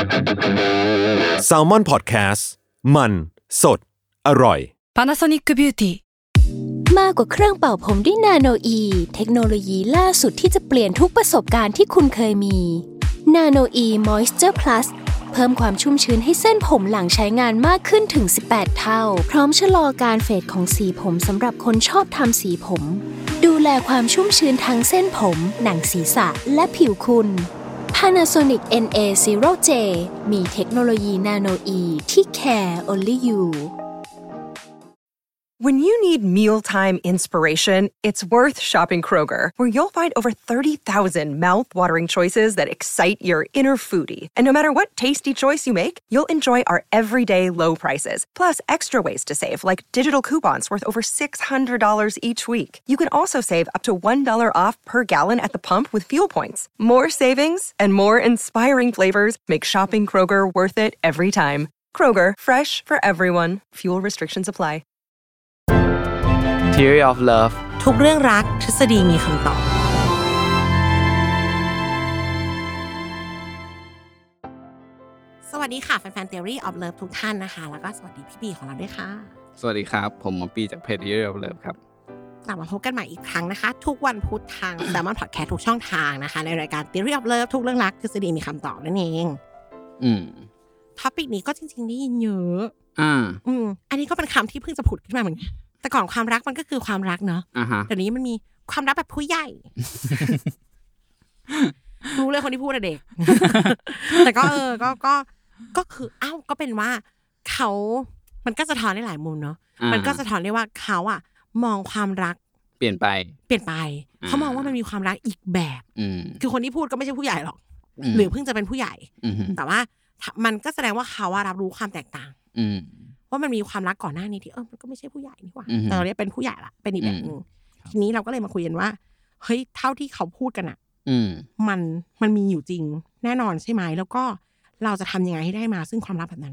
Salmon Podcast มันสดอร่อย Panasonic Beauty มากกว่าเครื่องเป่าผมด้วยนาโนอีเทคโนโลยีล่าสุดที่จะเปลี่ยนทุกประสบการณ์ที่คุณเคยมีนาโนอีมอยส์เจอร์พลัสเพิ่มความชุ่มชื้นให้เส้นผมหลังใช้งานมากขึ้นถึง18เท่าพร้อมชะลอการเฟดของสีผมสำหรับคนชอบทำสีผมดูแลความชุ่มชื้นทั้งเส้นผมหนังศีรษะและผิวคุณ Panasonic NA0J มีเทคโนโลยีนาโนอีที่ care only you When you need mealtime inspiration, it's worth shopping Kroger, where you'll find over 30,000 mouth-watering choices that excite your inner foodie. And no matter what tasty choice you make, you'll enjoy our everyday low prices, plus extra ways to save, like digital coupons worth over $600 each week. You can also save up to $1 off per gallon at the pump with fuel points. More savings and more inspiring flavors make shopping Kroger worth it every time. Kroger, fresh for everyone. Fuel restrictions apply. Theory of Love ทุกเรื่องรักทฤษฎีมีคำตอบสวัสดีค่ะแฟนๆ Theory of Love ทุกท่านนะคะแล้วก็สวัสดีพี่บีของเราด้วยค่ะสวัสดีครับผมหมอปีจากเพจ Theory of Love ครับกลับมาพบกันใหม่อีกครั้งนะคะทุกวันพุธทาง Salmon Podcast ทุกช่องทางนะคะในรายการ Theory of Love ทุกเรื่องรักทฤษฎีมีคำตอบนั่นเองท็อปิกนี้ก็จริงๆได้ยินเยอะอันนี้ก็เป็นคำที่เพิ่งจะผุดขึ้นมาเหมือนกันแต่ก่อนความรักมันก็คือความรักเนาะแต่นี้มันมีความรักแบบผู้ใหญ่ รู้เลยคนที่พูดอะเด็ก แต่ก็ก็คือก็เป็นว่าเขามันก็สะท้อนได้หลายมุมเนาะมันก็สะท้อนได้ว่าเขาอะมองความรักเปลี่ยนไปเขามองว่ามันมีความรักอีกแบบคือคนที่พูดก็ไม่ใช่ผู้ใหญ่หรอกหรือเพิ่งจะเป็นผู้ใหญ่แต่ว่ามันก็แสดงว่าเขารับรู้ความแตกต่างว่ามันมีความรักก่อนหน้านี้ที่มันก็ไม่ใช่ผู้ใหญ่นี่หว่าแต่เราเรียกเป็นผู้ใหญ่ละเป็นอีกแบบนึงทีนี้เราก็เลยมาคุยกันว่าเฮ้ยเท่าที่เขาพูดกันอ่ะมันมีอยู่จริงแน่นอนใช่ไหมแล้วก็เราจะทำยังไงให้ได้มาซึ่งความรักแบบนั้น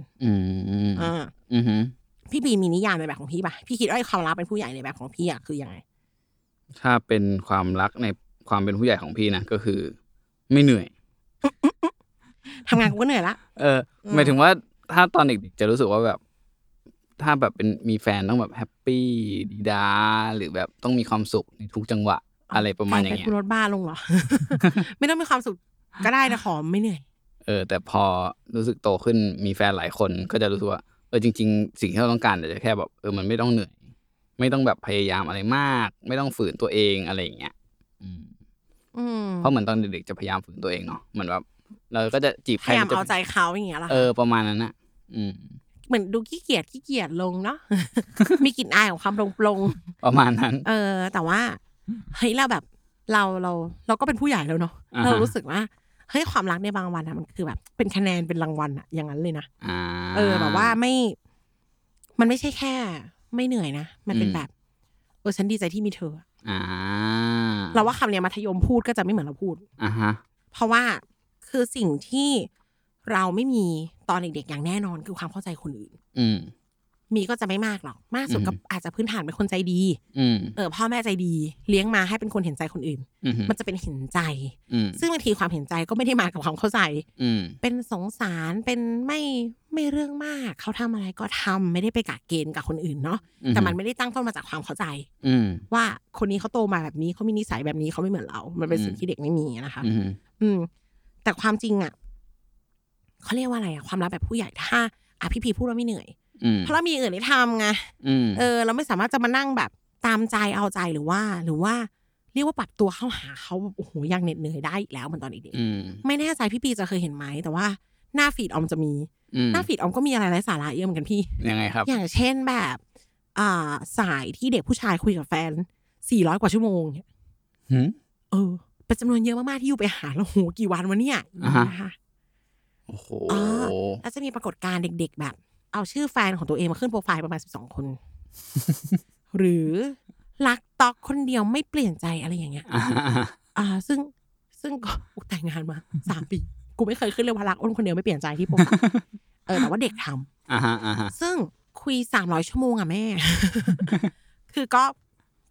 พี่บีมีนิยามในแบบของพี่ป่ะพี่คิดว่าความรักเป็นผู้ใหญ่ในแบบของพี่อ่ะคือยังไงถ้าเป็นความรักในความเป็นผู้ใหญ่ของพี่นะก็คือไม่เหนื่อยทำงานกูก็เหนื่อยละหมายถึงว่าถ้าตอนเด็กๆจะรู้สึกว่าแบบถ้าแบบเป็นมีแฟนต้องแบบแฮปปี้ดีดาหรือแบบต้องมีความสุขในทุกจังหวะอะไรประมาณอย่างเงี้ยรถบ้าลงเหรอ ไม่ต้องมีความสุขก็ได้นะขอไม่เหนื่อยแต่พอรู้สึกโตขึ้นมีแฟนหลายคนก็จะรู้สึกว่าจริงๆสิ่งที่เราต้องการแต่จะแค่แบบมันไม่ต้องเหนื่อยไม่ต้องแบบพยายามอะไรมากไม่ต้องฝืนตัวเองอะไรอย่างเงี้ยเพราะเหมือนตอนเด็กๆจะพยายามฝืนตัวเองเนาะเหมือนแบบเราก็จะจีบใครพยายามเอาใจเขาอย่างเงี้ยล่ะประมาณนั้นน่ะเหมือนดูขี้เกียจลงเนาะ มีกลิ่นอายของความปลงประมาณนั้นแต่ว่าเฮ้ยเราแบบเราก็เป็นผู้ใหญ่แล้วเนาะเรารู้สึกว่าเฮ้ยความรักในบางวันอะมันคือแบบเป็นคะแนนเป็นรางวัลอะอย่างนั้นเลยนะแบบว่ามันไม่ใช่แค่ไม่เหนื่อยนะมันเป็นแบบฉันดีใจที่มีเธอเราว่าคำเนี้ยมัธยมพูดก็จะไม่เหมือนเราพูดเพราะว่าคือสิ่งที่เราไม่มีตอนเด็กๆอย่างแน่นอนคือความเข้าใจคนอื่นมีก็จะไม่มากหรอกมากสุดก็อาจจะพื้นฐานเป็นคนใจดีพ่อแม่ใจดีเลี้ยงมาให้เป็นคนเห็นใจคนอื่นมันจะเป็นเห็นใจซึ่งบางทีความเห็นใจก็ไม่ได้มากับความเข้าใจเป็นสงสารเป็นไม่เรื่องมากเขาทำอะไรก็ทำไม่ได้ไปกะเกณฑ์กับคนอื่นเนาะแต่มันไม่ได้ตั้งต้นมาจากความเข้าใจว่าคนนี้เขาโตมาแบบนี้เขามีนิสัยแบบนี้เขาไม่เหมือนเรามันเป็นสิ่งที่เด็กไม่มีนะคะแต่ความจริงอ่ะเขาเรียกว่าอะไรอะความรักแบบผู้ใหญ่ถ้าพี่พีพูดว่าไม่เหนื่อยเพราะเรามีอื่นให้ทำไงเราไม่สามารถจะมานั่งแบบตามใจเอาใจหรือว่าเรียกว่าปรับตัวเข้าหาเขาโอ้โหยังเหน็ดเหนื่อยได้อีกแล้วเหมือนตอนเด็กๆไม่แน่ใจพี่ปีจะเคยเห็นไหมแต่ว่าหน้าฟีดออมจะมีหน้าฟีดออมก็มีอะไรไร้สาระเยอะเหมือนกันพี่ยังไงครับอย่างเช่นแบบสายที่เด็กผู้ชายคุยกับแฟน400กว่าชั่วโมงเนี่ยเป็นจำนวนเยอะมากๆที่อยู่ไปหาแล้วโหกี่วันวะเนี่ยนะคะโอ้โหแล้วจะมีปรากฏการณ์เด็กๆแบบเอาชื่อแฟนของตัวเองมาขึ้นโปรไฟล์ประมาณ12คนหรือรักต๊อกคนเดียวไม่เปลี่ยนใจอะไรอย่างเงี้ยซึ่งก็แต่งงานมา3ปีกูไม่เคยขึ้นเลยว่ารักอ้นคนเดียวไม่เปลี่ยนใจที่โปรไฟล์แต่ว่าเด็กทำซึ่งคุย300ชั่วโมงอ่ะแม่ คือ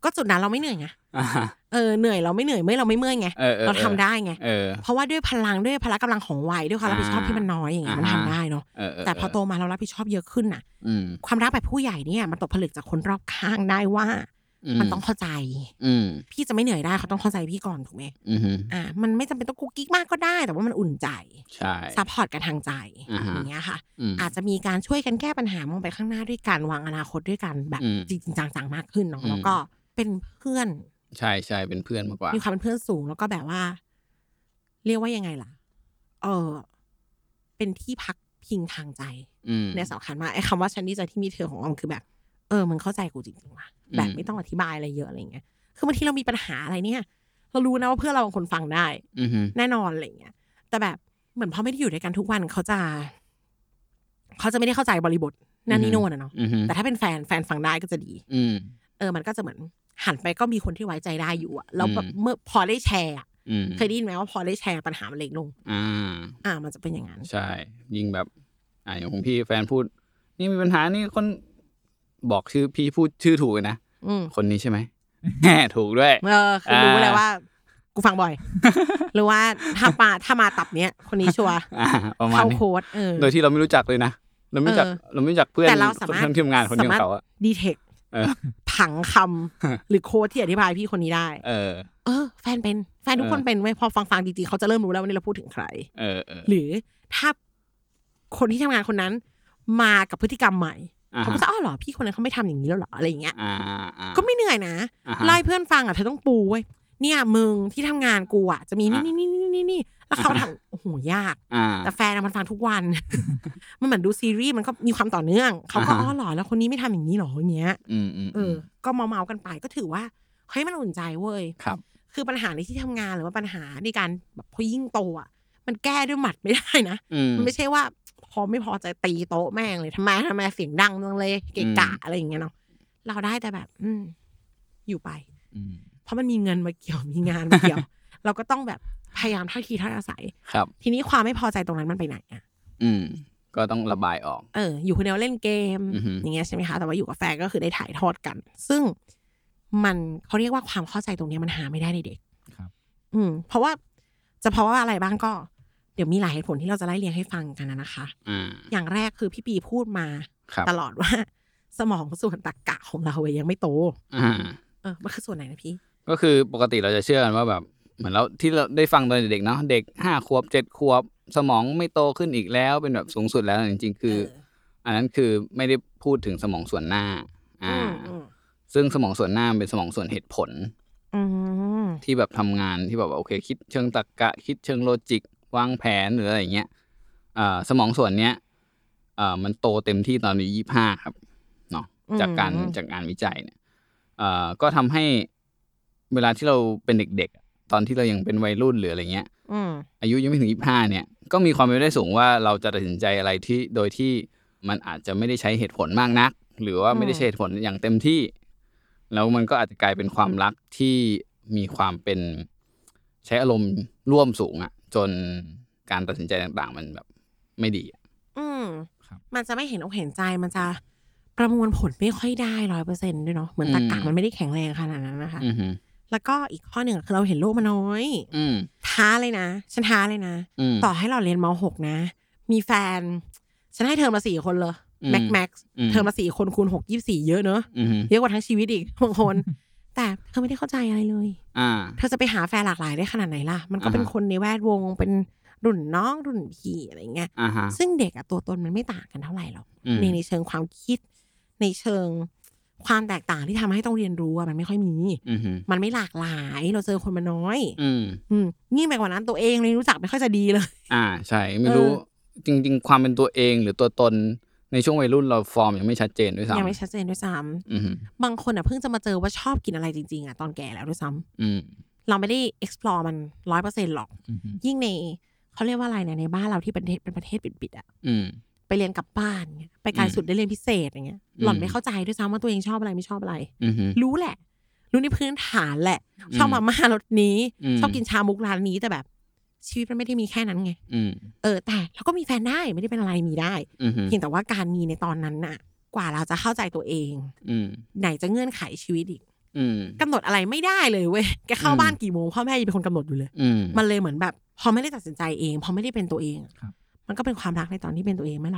ก็จุดนั้นเราไม่เหนื่อยไงเหนื่อยเราไม่เหนื่อยเมื่อเราไม่เมื่อยไงเราทำได้ไงเพราะว่าด้วยพลังด้วยพละกำลังของวัยด้วยความรับผิดชอบที่มันน้อยอย่างเงี้ยมันทำได้เนาะแต่พอโตมาเรารับผิดชอบเยอะขึ้นน่ะความรักแบบผู้ใหญ่เนี่ยมันตกผลึกจากคนรอบข้างได้ว่ามันต้องเข้าใจพี่จะไม่เหนื่อยได้เขาต้องเข้าใจพี่ก่อนถูกไหมมันไม่จำเป็นต้องกุ๊กกิ๊กมากก็ได้แต่ว่ามันอุ่นใจซัพพอร์ตกันทางใจอย่างเงี้ยค่ะอาจจะมีการช่วยกันแก้ปัญหามองไปข้างหน้าด้วยกันวางอนาคตด้วยกันแบบจริงๆจังๆมากขึ้นเนาะแล้วก็เป็นเพื่อนใช่ๆเป็นเพื่อนมากกว่ามีความเป็นเพื่อนสูงแล้วก็แบบว่าเรียกว่ายังไงล่ะเป็นที่พักพิงทางใจเนี่ยสำคัญมากไอ้คำว่าฉันดีใจที่มีเธอของเราคือแบบมึงเข้าใจกูจริงๆว่ะแบบไม่ต้องอธิบายอะไรเยอะอะไรเงี้ยคือบางทีเรามีปัญหาอะไรเนี่ยเรารู้นะว่าเพื่อนเราบางคนฟังได้แน่นอนอะไรเงี้ยแต่แบบเหมือนพอไม่ได้อยู่ด้วยกันทุกวันเขาจะไม่ได้เข้าใจบริบทนั่นนี่โน่นเนาะแต่ถ้าเป็นแฟนฟังได้ก็จะดีมันก็จะเหมือนหันไปก็มีคนที่ไว้ใจได้อยู่อะแล้วแบบเมื่อพอได้แชร์เคยได้ยินไหมว่าพอได้แชร์ปัญหามันเล็กลงมันจะเป็นอย่างนั้นใช่ยิ่งแบบอย่างของพี่แฟนพูดนี่มีปัญหานี่คนบอกชื่อพี่พูดชื่อถูกเลยนะคนนี้ใช่ไหมถูกด้วยคือรู้เลยว่ากูฟังบ่อยหรือว่าถ้ามาตับเนี้ยคนนี้ชัวร์เข้าโค้ดโดยที่เราไม่รู้จักเลยนะเราไม่รู้จักเพื่อนทั้งทีมงานคนเดียวเขาอะดีเทคผังคำหรือโค้ดที่อธิบายพี่คนนี้ได้แฟนทุกคนเป็นไว้พอฟังจริงๆเขาจะเริ่มรู้แล้ววันนี้เราพูดถึงใครหรือถ้าคนที่ทำงานคนนั้นมากับพฤติกรรมใหม่เขาก็จะเหรอพี่คนนั้นเขาไม่ทำอย่างนี้แล้วหรออะไรอย่างเงี้ยก็ไม่เหนื่อยนะไล่เพื่อนฟังเธอต้องปูเว้ยเนี่ยมึงที่ทำงานกูจะมีนี่แล้วเขาทำโอ้โหยากแต่แฟนมันฟังทุกวันมันเหมือนดูซีรีส์มันก็มีความต่อเนื่องเขาก็หรอแล้วคนนี้ไม่ทำอย่างนี้หรออย่างเงี้ยก็เมากันไปก็ถือว่าเฮ้ยมันอุ่นใจเว้ยคือปัญหาในที่ทำงานหรือว่าปัญหาในการแบบพอยิ่งโตมันแก้ด้วยหมัดไม่ได้นะมันไม่ใช่ว่าพอไม่พอใจตีโต๊ะแม่งเลยทำไมเสียงดังจังเลยเกะกะอะไรอย่างเงี้ยเนาะเราได้แต่แบบอยู่ไปเพราะมันมีเงินมาเกี่ยวมีงานมาเกี่ยวเราก็ต้องแบบพยายามท่าทีท่าอาศัยทีนี้ความไม่พอใจตรงนั้นมันไปไหนก็ต้องระบายออกอยู่คนเดียวเล่นเกมอย่างเงี้ยใช่ไหมคะแต่ว่าอยู่กับแฟนก็คือได้ถ่ายทอดกันซึ่งมันเขาเรียกว่าความเข้าใจตรงนี้มันหาไม่ได้ในเด็กเพราะว่าอะไรบ้างก็เดี๋ยวมีหลายเหตุผลที่เราจะไล่เรียงให้ฟังกันนะคะอย่างแรกคือพี่ปีพูดมาตลอดว่าสมองส่วนตรรกะของเรายังไม่โตมันคือส่วนไหนนะพี่ก็คือปกติเราจะเชื่อกันว่าแบบเหมือนเราที่เราได้ฟังตอนเด็กเนาะเด็ก5 ขวบ 7 ขวบสมองไม่โตขึ้นอีกแล้วเป็นแบบสูงสุดแล้วจริงๆคืออันนั้นคือไม่ได้พูดถึงสมองส่วนหน้าซึ่งสมองส่วนหน้าเป็นสมองส่วนเหตุผลที่แบบทำงานที่แบบโอเคคิดเชิงตรรกะคิดเชิงโลจิกวางแผนหรืออะไรอย่างเงี้ยสมองส่วนเนี้ยมันโตเต็มที่ตอนอายุ25ครับเนาะจากงานวิจัยเนี่ยก็ทำให้เวลาที่เราเป็นเด็กๆตอนที่เรายังเป็นวัยรุ่นหรืออะไรเงี้ยอายุยังไม่ถึง25เนี่ยก็มีความเป็นไปได้สูงว่าเราจะตัดสินใจอะไรที่โดยที่มันอาจจะไม่ได้ใช้เหตุผลมากนักหรือว่าไม่ได้ใช้เหตุผลอย่างเต็มที่แล้วมันก็อาจจะกลายเป็นความรักที่มีความเป็นใช้อารมณ์ร่วมสูงอ่ะจนการตัดสินใจต่างๆมันแบบไม่ดีมันจะไม่เห็นอกเห็นใจมันจะประมวลผลไม่ค่อยได้ 100% ด้วยเนาะเหมือนตรรกะมันไม่ได้แข็งแรงขนาดนั้นนะคะแล้วก็อีกข้อหนึ่งคือเราเห็นโลกมันน้อยท้าเลยนะฉันท้าเลยนะต่อให้เราเรียนม.6 นะมีแฟนฉันให้เทอมละ4 คนเลยแม็กซ์เทอมละ4 คนคูณ6 24เยอะเนอะเยอะกว่าทั้งชีวิตอีกบางคนแต่เธอไม่ได้เข้าใจอะไรเลยเธอจะไปหาแฟนหลากหลายได้ขนาดไหนล่ะมันก็เป็นคนในแวดวงเป็นรุ่นน้องรุ่นพี่อะไรเงี้ยซึ่งเด็กตัวตนมันไม่ต่างกันเท่าไหร่หรอกในเชิงความคิดในเชิงความแตกต่างที่ทำให้ต้องเรียนรู้มันไม่ค่อยมีมันไม่หลากหลายเราเจอคนมันน้อยยิ่งไปกว่านั้นตัวเองเลยรู้จักไม่ค่อยจะดีเลยใช่ไม่รู้จริงๆความเป็นตัวเองหรือตัวตนในช่วงวัยรุ่นเราฟอร์มยังไม่ชัดเจนด้วยซ้ำยังไม่ชัดเจนด้วยซ้ำบางคนเพิ่งจะมาเจอว่าชอบกินอะไรจริงๆตอนแก่แล้วด้วยซ้ำเราไม่ได้ explore มัน 100% หรอกยิ่งในเขาเรียกว่าอะไรในบ้านเราที่เป็นประเทศปิดๆไปเรียนกลับบ้านไปไกลสุดได้เรียนพิเศษอย่างเงี้ยหล่อนไม่เข้าใจด้วยซ้ำว่าตัวเองชอบอะไรไม่ชอบอะไรรู้แหละรู้ในพื้นฐานแหละชอบมาม่ารสนี้ชอบกินชามุกร้านนี้แต่แบบชีวิตมันไม่ได้มีแค่นั้นไงแต่เราก็มีแฟนได้ไม่ได้เป็นอะไรมีได้เพียงแต่ว่าการมีในตอนนั้นน่ะกว่าเราจะเข้าใจตัวเองไหนจะเงื่อนไขชีวิตอีกกำหนดอะไรไม่ได้เลยเว้ยแกเข้าบ้านกี่โมงพ่อแม่ยังเป็นคนกำหนดอยู่เลยมันเลยเหมือนแบบพอไม่ได้ตัดสินใจเองพอไม่ได้เป็นตัวเองมันก็เป็นความรักในตอนที่เป็นตัวเองไม่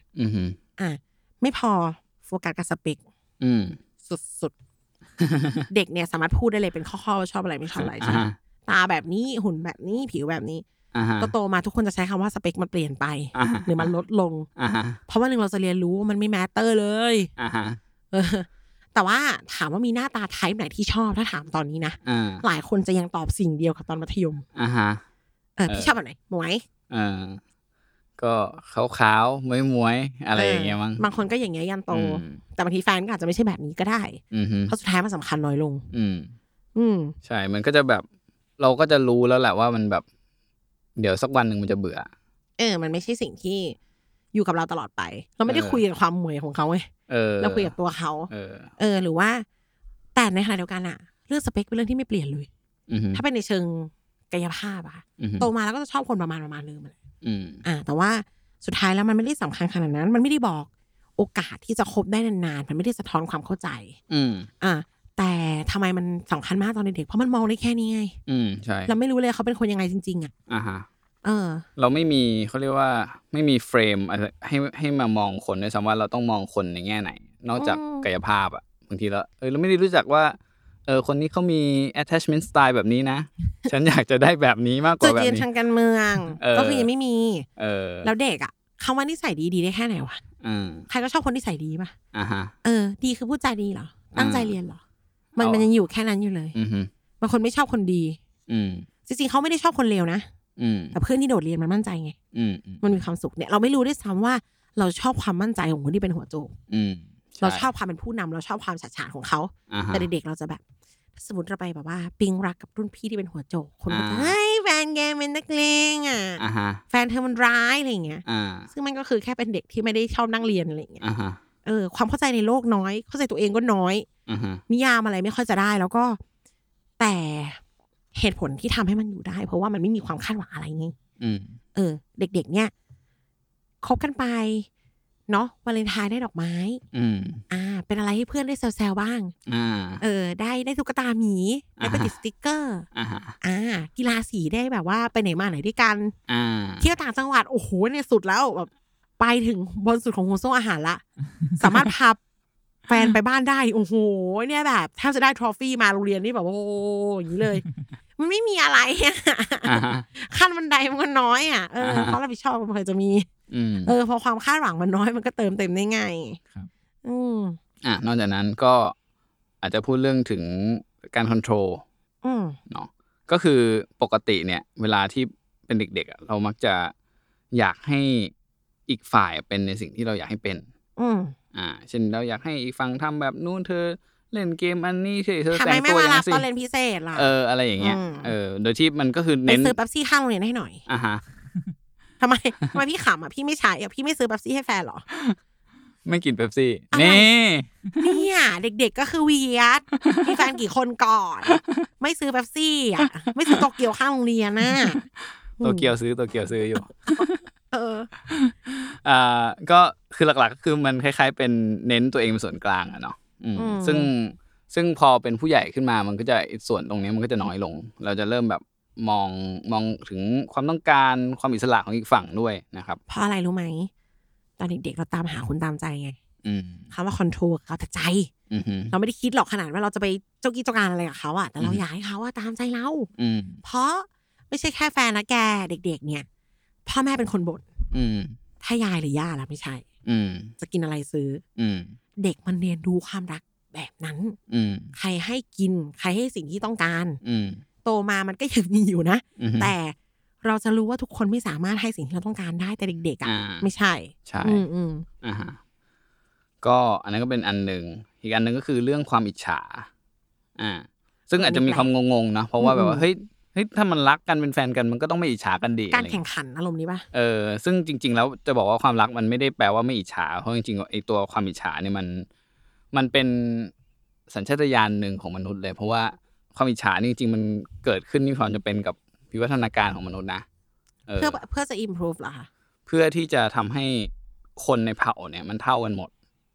100%ไม่พอโฟกัสกับสเปคสุดๆเด็กเนี่ยสามารถพูดได้เลยเป็นข้อๆชอบอะไรไม่ชอบอะไรใช่ตาแบบนี้หุ่นแบบนี้ผิวแบบนี้โตมาทุกคนจะใช้คำว่าสเปคมันเปลี่ยนไปหรือมันลดลงเพราะว่าหนึ่งเราจะเรียนรู้มันไม่แมตเตอร์เลยแต่ว่าถามว่ามีหน้าตาไทป์ไหนที่ชอบถ้าถามตอนนี้นะหลายคนจะยังตอบสิ่งเดียวกับตอนมัธยมพี่ชอบแบบไหนหมวยก็ขาวๆมวยๆอะไรอย่างเงี้ยมั้งบางคนก็อย่างเงี้ยยันโตแต่บางทีแฟนก็อาจจะไม่ใช่แบบนี้ก็ได้เพราะสุดท้ายมันสำคัญน้อยลงใช่มันก็จะแบบเราก็จะรู้แล้วแหละว่ามันแบบเดี๋ยวสักวันนึงมันจะเบื่อมันไม่ใช่สิ่งที่อยู่กับเราตลอดไปเราไม่ได้คุยกับความหมวยของเขาไงเราคุยกับตัวเขาหรือว่าแต่ในขณะเดียวกันอะเรื่องสเปคเป็นเรื่องที่ไม่เปลี่ยนเลยถ้าเป็นในเชิงกายภาพอะโตมาแล้วก็จะชอบคนประมาณนึงมาเลยแต่ว่าสุดท้ายแล้วมันไม่ได้สำคัญขนาดนั้นมันไม่ได้บอกโอกาสที่จะคบได้นานๆมันไม่ได้สะท้อนความเข้าใจแต่ทำไมมันสำคัญมากตอนเด็กเพราะมันมองได้แค่นี้ไงใช่เราไม่รู้เลยเขาเป็นคนยังไงจริงๆเราไม่มีเขาเรียกว่าไม่มีเฟรมอะไรให้มามองคนด้วยซ้ำว่าเราต้องมองคนในแง่ไหนนอกจากกายภาพอ่ะบางทีเราไม่ได้รู้จักว่าคนนี้เขามี attachment style แบบนี้นะ ฉันอยากจะได้แบบนี้มากกว่าแบบนี้จุดยืนทางการเมืองก็คือยังไม่มีแล้วเด็กอ่ะเขาว่านิสัยดีได้แค่ไหนวะใครก็ชอบคนนิสัยดีป่ะดีคือพูดจาดีเหรอตั้งใจเรียนเหรอมันยังอยู่แค่นั้นอยู่เลยบางคนไม่ชอบคนดีจริงๆเขาไม่ได้ชอบคนเลวนะแต่เพื่อนที่โดดเรียนมันมั่นใจไงมันมีความสุขเนี่ยเราไม่รู้ด้วยซ้ำว่าเราชอบความมั่นใจของคนที่เป็นหัวโจกเราชอบความเป็นผู้นำเราชอบความฉาดฉานของเขาแต่เด็กๆเราจะแบบสมมติเราไปแบบว่าปิ๊งรักกับรุ่นพี่ที่เป็นหัวโจกคนก็จะเฮ้ยแฟนแกเป็นนักเลงแฟนเธอมันร้ายอะไรอย่างเงี้ยซึ่งมันก็คือแค่เป็นเด็กที่ไม่ได้ชอบนั่งเรียนอะไรอย่างเงี้ยความเข้าใจในโลกน้อยเข้าใจตัวเองก็น้อยนิยามอะไรไม่ค่อยจะได้แล้วก็แต่เหตุผลที่ทำให้มันอยู่ได้เพราะว่ามันไม่มีความคาดหวังอะไรไงเด็กๆเนี่ยคบกันไปเนาะวาเลนไทน์ได้ดอกไม้เป็นอะไรให้เพื่อนได้แซวๆบ้างได้ตุ๊กตาหมีได้ไปติดสติ๊กเกอร์กีฬาสีได้แบบว่าไปไหนมาไหนด้วยกันเที่ยวต่างจังหวัดโอ้โหเนี่ยสุดแล้วแบบไปถึงบนสุดของห่วงโซ่อาหารละสามารถพาแฟนไปบ้านได้โอ้โหเนี่ยแบบถ้าจะได้ทรอฟี่มาโรงเรียนนี่แบบโอ้อย่างนี้เลยมันไม่มีอะไรขั้นบันไดมันก็น้อยเพราะรับผิดชอบมันเคยจะมีพอความคาดหวังมันน้อยมันก็เติมเต็มได้ง่ายครับนอกจากนั้นก็อาจจะพูดเรื่องถึงการคอนโทรลเนาะก็คือปกติเนี่ยเวลาที่เป็นเด็กๆเรามักจะอยากให้อีกฝ่ายเป็นในสิ่งที่เราอยากให้เป็นเช่นเราอยากให้อีกฝั่งทำแบบนู้นเธอเล่นเกมอันนี้เธอแต่งตัวอย่างนี้สิตอนเรียนพิเศษล่ะอะไรอย่างเงี้ยโดยที่มันก็คือเน้นไปซื้อเป๊ปซี่ข้างโรงเรียนให้หน่อยทำไมพี่ขำพี่ไม่ใช้พี่ไม่ซื้อเป๊ปซี่ให้แฟนหรอไม่กินเป๊ปซี่เนี่ยเด็กๆก็คือเวียดมีแฟนกี่คนก่อนไม่ซื้อเป๊ปซี่ไม่ซื้อโตเกียวข้างโรงเรียนน่ะโตเกียวซื้ออยู่ก็คือหลักๆก็คือมันคล้ายๆเป็นเน้นตัวเองเป็นส่วนกลางอะเนาะซึ่งพอเป็นผู้ใหญ่ขึ้นมามันก็จะส่วนตรงนี้มันก็จะน้อยลงเราจะเริ่มแบบมองถึงความต้องการความอิสระของอีกฝั่งด้วยนะครับเพราะอะไรรู้ไหมตอนเด็กๆเราตามหาคุณตามใจไงคำว่าคอนโทรลเขาแต่ใจเราไม่ได้คิดหรอกขนาดว่าเราจะไปเจ้ากี้เจ้าการอะไรกับเขาอะแต่เราอยากให้เขาตามใจเราเพราะไม่ใช่แค่แฟนนะแกเด็กๆเนี่ยพ่อแม่เป็นคนบ่นถ้ายายหรือย่าล่ะไม่ใช่จะกินอะไรซื้อเด็กมันเรียนรู้ความรักแบบนั้นใครให้กินใครให้สิ่งที่ต้องการโตมามันก็ยังมีอยู่นะแต่เราจะรู้ว่าทุกคนไม่สามารถให้สิ่งที่เราต้องการได้แต่เด็กๆไม่ใช่ก็อันนั้นก็เป็นอันหนึ่งอีกอันนึงก็คือเรื่องความอิจฉาซึ่งอาจจะมีความงงๆนะเพราะว่าแบบว่าเฮ้ยถ้ามันรักกันเป็นแฟนกันมันก็ต้องไม่อิจฉากันดิการแข่งขันอารมณ์นี้ป่ะซึ่งจริงๆแล้วจะบอกว่าความรักมันไม่ได้แปลว่าไม่อิจฉาเพราะจริงๆไอ้ตัวความอิจฉาเนี่ยมันเป็นสัญชาตญาณนึงของมนุษย์เลยเพราะว่าความอิจฉานี่จริงๆมันเกิดขึ้นมีความจำเป็นกับวิวัฒนาการของมนุษย์นะเพื่อจะ improve เหรอคะเพื่อที่จะทำให้คนในเผ่าเนี่ยมันเท่ากันหมด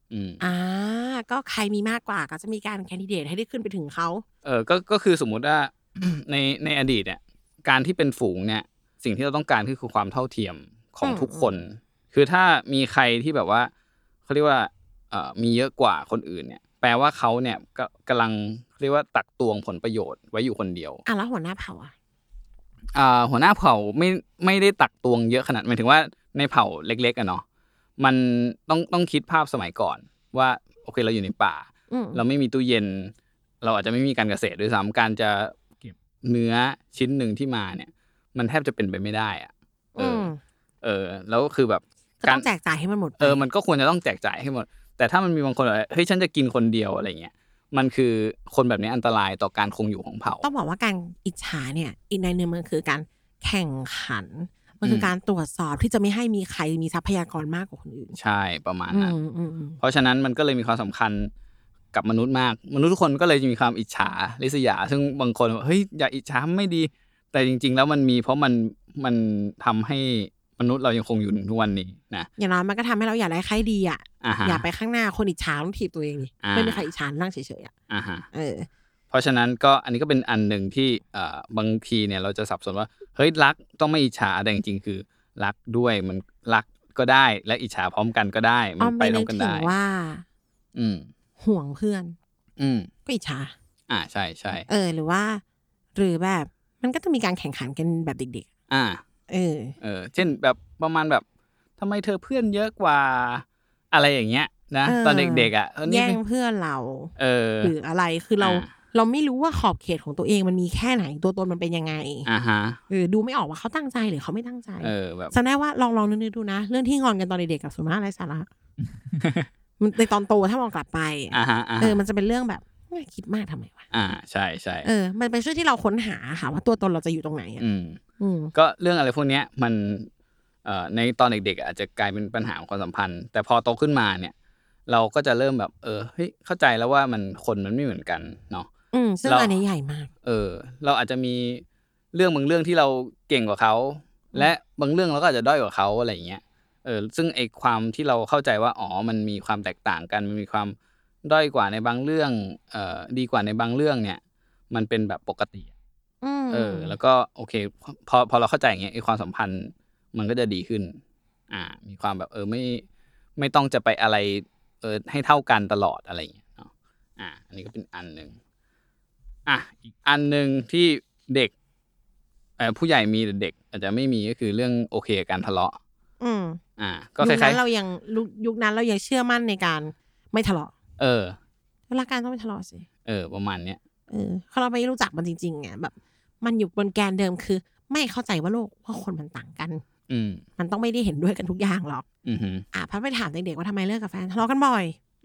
ก็ใครมีมากกว่าก็จะมีการแคนดิเดตให้ได้ขึ้นไปถึงเขาก็คือสมมุติว่า ในอดีตเนี่ยการที่เป็นฝูงเนี่ยสิ่งที่เราต้องการคือความเท่าเทียมของทุกคนคือถ้ามีใครที่แบบว่าเขาเรียกว่ามีเยอะกว่าคนอื่นเนี่ยแปลว่าเขาเนี่ยก็กำลังเรียกว่าตักตวงผลประโยชน์ไว้อยู่คนเดียวแล้วหัวหน้าเผ่าหัวหน้าเผ่าไม่ได้ตักตวงเยอะขนาดหมายถึงว่าในเผ่าเล็กๆเนาะมันต้องคิดภาพสมัยก่อนว่าโอเคเราอยู่ในป่าเราไม่มีตู้เย็นเราอาจจะไม่มีการเกษตรด้วยซ้ำการจะเก็บเนื้อชิ้นหนึ่งที่มาเนี่ยมันแทบจะเป็นไปไม่ได้อ่ะแล้วคือแบบการแจกจ่ายให้มันหมดมันก็ควรจะต้องแจกจ่ายให้หมดแต่ถ้ามันมีบางคนเฮ้ยฉันจะกินคนเดียวอะไรเงี้ยมันคือคนแบบนี้อันตรายต่อการคงอยู่ของเผ่าต้องบอกว่าการอิจฉาเนี่ยอีกในหนึ่งมันคือการแข่งขันมันคือการตรวจสอบที่จะไม่ให้มีใครมีทรัพยากรมากกว่าคนอื่นใช่ประมาณนั้นเพราะฉะนั้นมันก็เลยมีความสำคัญกับมนุษย์มากมนุษย์ทุกคนก็เลยจะมีความอิจฉาริษยาซึ่งบางคนเฮ้ยอย่าอิจฉาไม่ดีแต่จริงๆแล้วมันมีเพราะมันทำให้มนุษย์เรายังคงอยู่ทุกวันนี้นะอย่างน้อยมันก็ทำให้เราอยากได้ใครดีอย่าไปข้างหน้าคนอิจฉาต้องถีบตัวเองดิไม่มีใครอิจฉานั่งเฉยๆเพราะฉะนั้นก็อันนี้ก็เป็นอันหนึ่งที่บางทีเนี่ยเราจะสับสนว่าเฮ้ยรักต้องไม่อิจฉาแต่จริงๆคือรักด้วยมันรักก็ได้และอิจฉาพร้อมกันก็ได้มันไปพร้อมกันได้ว่าห่วงเพื่อนก็อิจฉาใช่ใช่หรือแบบมันก็จะมีการแข่งขันกันแบบเด็กเช่นแบบประมาณแบบทำไมเธอเพื่อนเยอะกว่าอะไรอย่างเงี้ยนะตอนเด็กๆแย่งเพื่อนเราหรืออะไรคือเราไม่รู้ว่าขอบเขตของตัวเองมันมีแค่ไหนตัวตนมันเป็นยังไงดูไม่ออกว่าเขาตั้งใจหรือเขาไม่ตั้งใจแบบจำได้ว่าลองนึกดูนะเรื่องที่งอนกันตอนเด็กๆกับส่วนมากไร้สาระมันในตอนโตถ้ามองกลับไปมันจะเป็นเรื่องแบบคิดมากทำไมวะใช่ใช่มันเป็นช่วงที่เราค้นหาค่ะว่าตัวตนเราจะอยู่ตรงไหนก็เรื่องอะไรพวกนี้มันในตอนเด็กๆอาจจะกลายเป็นปัญหาของความสัมพันธ์แต่พอโตขึ้นมาเนี่ยเราก็จะเริ่มแบบเฮ้ยเข้าใจแล้วว่ามันคนมันไม่เหมือนกันเนาะซึ่งอันนี้ใหญ่มากเราอาจจะมีเรื่องบางเรื่องที่เราเก่งกว่าเขาและบางเรื่องเราก็อาจจะด้อยกว่าเขาอะไรอย่างเงี้ยซึ่งไอ้ความที่เราเข้าใจว่ามันมีความแตกต่างกันมันมีความด้อยกว่าในบางเรื่องดีกว่าในบางเรื่องเนี่ยมันเป็นแบบปกติแล้วก็โอเคพอเราเข้าใจอย่างเงี้ยไอ้ความสัมพันธ์มันก็จะดีขึ้นมีความแบบไม่ต้องจะไปอะไรให้เท่ากันตลอดอะไรอย่างเงี้ยเนาะอันนี้ก็เป็นอันนึงอีกอันนึงที่เด็กผู้ใหญ่มีแต่เด็กอาจจะไม่มีก็คือเรื่องโอเคการทะเลาะก็คล้ายๆเรายังยุคนั้นเรายังเชื่อมั่นในการไม่ทะเลาะเวลาการต้องไม่ทะเลาะสิประมาณเนี้ยเราไม่รู้จักมันจริงๆไงแบบมันอยู่บนแกนเดิมคือไม่เข้าใจว่าโลกว่าคนมันต่างกันมันต้องไม่ได้เห็นด้วยกันทุกอย่างหรอกพัดไปถามเด็กๆว่าทำไมเลิกกับแฟนทะเลาะกันบ่อย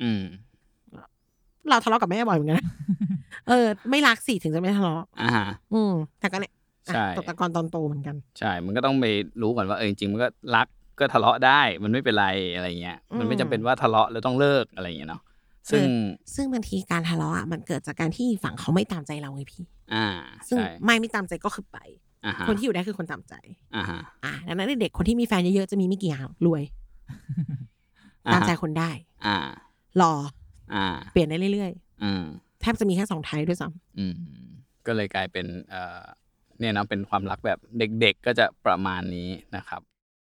เราทะเลาะกับแม่บ่อยเหมือนกันไม่รักสิถึงจะไม่ทะเลาะแต่ก็เนี่ยตกตะกอนตอนโตเหมือนกันใช่มันก็ต้องไปรู้ก่อนว่าจริงๆมันก็รักก็ทะเลาะได้มันไม่เป็นไรอะไรเงี้ยมันไม่จำเป็นว่าทะเลาะแล้วต้องเลิกอะไรเงี้ยเนาะซึ่งบางทีการทะเลาะมันเกิดจากการที่ฝั่งเขาไม่ตามใจเราไงพี่ซึ่งไม่ตามใจก็คือไปคนที่อยู่ได้คือคนตามใจดังนั้นเด็กคนที่มีแฟนเยอะๆจะมีไม่กี่อย่างรวยตามใจคนได้หล่อเปลี่ยนได้เรื่อยๆแทบจะมีแค่2 ไทยด้วยซ้ำก็เลยกลายเป็นเนี่ยนะเป็นความรักแบบเด็กๆก็จะประมาณนี้นะครับ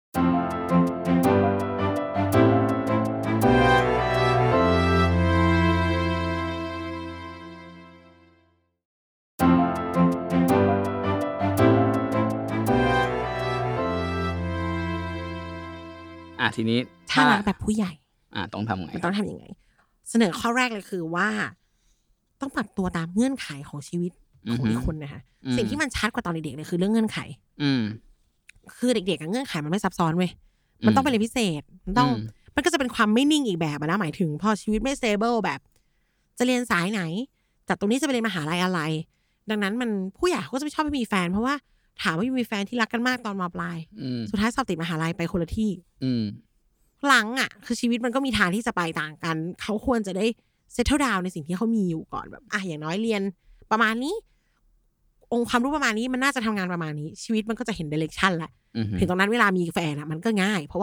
ทีนี้ถ้ารักแบบผู้ใหญ่ต้องทำไงต้องทำยังไงเสนอข้อแรกเลยคือว่าต้องปรับตัวตามเงื่อนไขของชีวิตของอีกคนนะคะสิ่งที่มันชัดกว่าตอนเด็กๆเลยคือเรื่องเงื่อนไขคือเด็กๆกับเงื่อนไขมันไม่ซับซ้อนเว้ยมันต้องไปเรียนพิเศษมันก็จะเป็นความไม่นิ่งอีกแบบนะหมายถึงพอชีวิตไม่สเตเบิลแบบจะเรียนสายไหนจากตรงนี้จะไปเรียนมหาลัยอะไรดังนั้นมันผู้ใหญ่เขาก็จะไม่ชอบให้มีแฟนเพราะว่าถามว่ามีแฟนที่รักกันมากตอนม.ปลายสุดท้ายสอบติดมหาลัยไปคนละที่หลังคือชีวิตมันก็มีทางที่จะไปต่างกันเขาควรจะได้เซตเทิลดาวน์ในสิ่งที่เขามีอยู่ก่อนแบบอย่างน้อยเรียนประมาณนี้องค์ความรู้ประมาณนี้มันน่าจะทำงานประมาณนี้ชีวิตมันก็จะเห็นไดเรคชั่นแหละถึงตรงนั้นเวลามีแฟนมันก็ง่ายเพราะว่า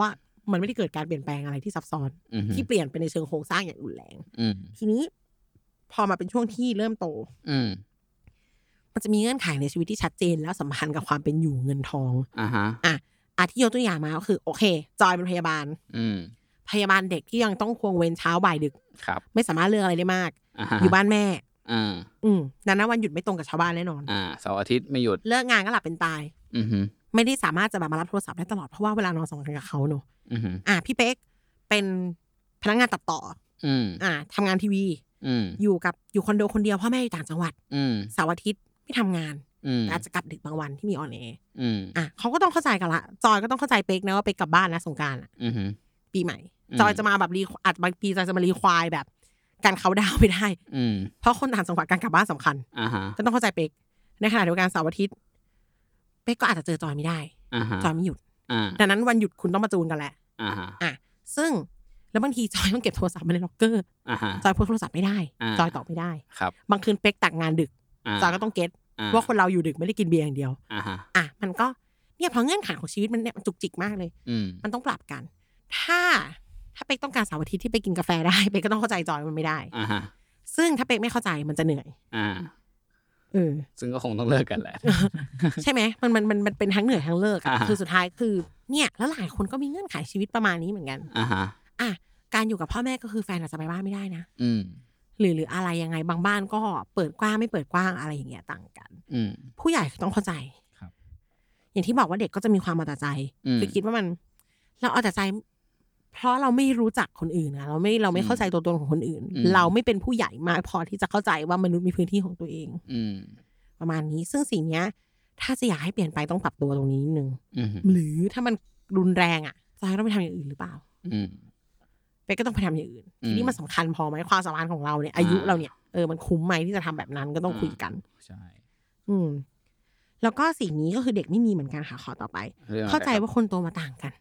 มันไม่ได้เกิดการเปลี่ยนแปลงอะไรที่ซับซ้อนที่เปลี่ยนไปในเชิงโครงสร้างอย่างรุนแรงทีนี้พอมาเป็นช่วงที่เริ่มโตมันจะมีเงื่อนไขในชีวิตที่ชัดเจนแล้วสัมพันธ์กับความเป็นอยู่เงินทองที่ยกตัวอย่างมาก็คือโอเคจอยเป็นพยาบาลพยาบาลเด็กที่ยังต้องควงเวรเช้าบ่ายดึกไม่สามารถเลือกอะไรได้มากอยู่บ้านแม่ดังนั้นวันหยุดไม่ตรงกับชาวบ้านแน่นอนเสาร์อาทิตย์ไม่หยุดเลิกงานก็หลับเป็นตายไม่ได้สามารถจะแบบมารับโทรศัพท์ได้ตลอดเพราะว่าเวลานอนสำคัญกับเขาเนอะพี่เป๊กเป็นพนักงานตัดต่อทำงานทีวีอยู่คอนโดคนเดียวพ่อแม่อยู่ต่างจังหวัดเสาร์อาทิตย์ไม่ทำงานอาจจะกลับดึกบางวันที่มีออนแอร์เขาก็ต้องเข้าใจกันละจอยก็ต้องเข้าใจเป๊กนะว่าเป๊กกลับบ้านนะสงกรานต์ปีใหม่จอยจะมาแบบอาจบางปีจอยจะมารีควายแบบการเขาดาวไม่ได้เพราะคนต่างจังหวัดการกลับบ้านสำคัญก็ต้องเข้าใจเป๊กในขณะเดียวกันเสาร์อาทิตย์เป๊กก็อาจจะเจอจอยไม่ได้จอยไม่หยุดดังนั้นวันหยุดคุณต้องมาจูนกันแหละซึ่งแล้วบางทีจอยต้องเก็บโทรศัพท์มาในล็อกเกอร์จอยพกโทรศัพท์ไม่ได้จอยตอบไม่ได้บางคืนเป๊กตักงานดึกจอยก็ต้องเก็ตว่าคนเราอยู่ดึกไม่ได้กินเบียร์อย่างเดียวมันก็เนี่ยเพราะเงื่อนไขของชีวิตมันเนี่ยมันจุกจิกมากเลยมันต้องปรับกันถ้าเป๊กต้องการเสาร์อาทิตย์ที่ไปกินกาแฟได้เป๊กก็ต้องเข้าใจจอยมันไม่ได้ซึ่งถ้าเป๊กไม่เข้าใจมันจะเหนื่อยซึ่งก็คงต้องเลิกกันแหละใช่ไหมมันเป็นทั้งเหนื่อยทั้งเลิกคือสุดท้ายคือเนี่ยแล้วหลายคนก็มีเงื่อนไขชีวิตประมาณนี้เหมือนกันการอยู่กับพ่อแม่ก็คือแฟนอาจจะไปบ้านไม่ได้นะหรืออะไรยังไงบางบ้านก็เปิดกว้างไม่เปิดกว้างอะไรอย่างเงี้ยต่างกันผู้ใหญ่ต้องเข้าใจอย่างที่บอกว่าเด็กก็จะมีความเอาแต่ใจคือคิดว่ามันเราเอาแต่ใจเพราะเราไม่รู้จักคนอื่นนะเราไม่เข้าใจตัวตนของคนอื่นเราไม่เป็นผู้ใหญ่มากพอที่จะเข้าใจว่ามนุษย์มีพื้นที่ของตัวเองประมาณนี้ซึ่งสิ่งเนี้ยถ้าจะอยากให้เปลี่ยนไปต้องปรับตัวตรงนี้นิดนึงหรือถ้ามันรุนแรงจะให้ต้องไปทำอย่างอื่นหรือเปล่าเป๊กก็ต้องไปทำอย่างอื่นทีนี้มันสำคัญพอไหมความสัมพันธ์ของเราเนี่ยอายุเราเนี่ยมันคุ้มไหมที่จะทำแบบนั้นก็ต้องคุยกันใช่แล้วก็สิ่งนี้ก็คือเด็กไม่มีเหมือนกันค่ะขอต่อไปเข้าใจว่าคนโตมาต่างกัน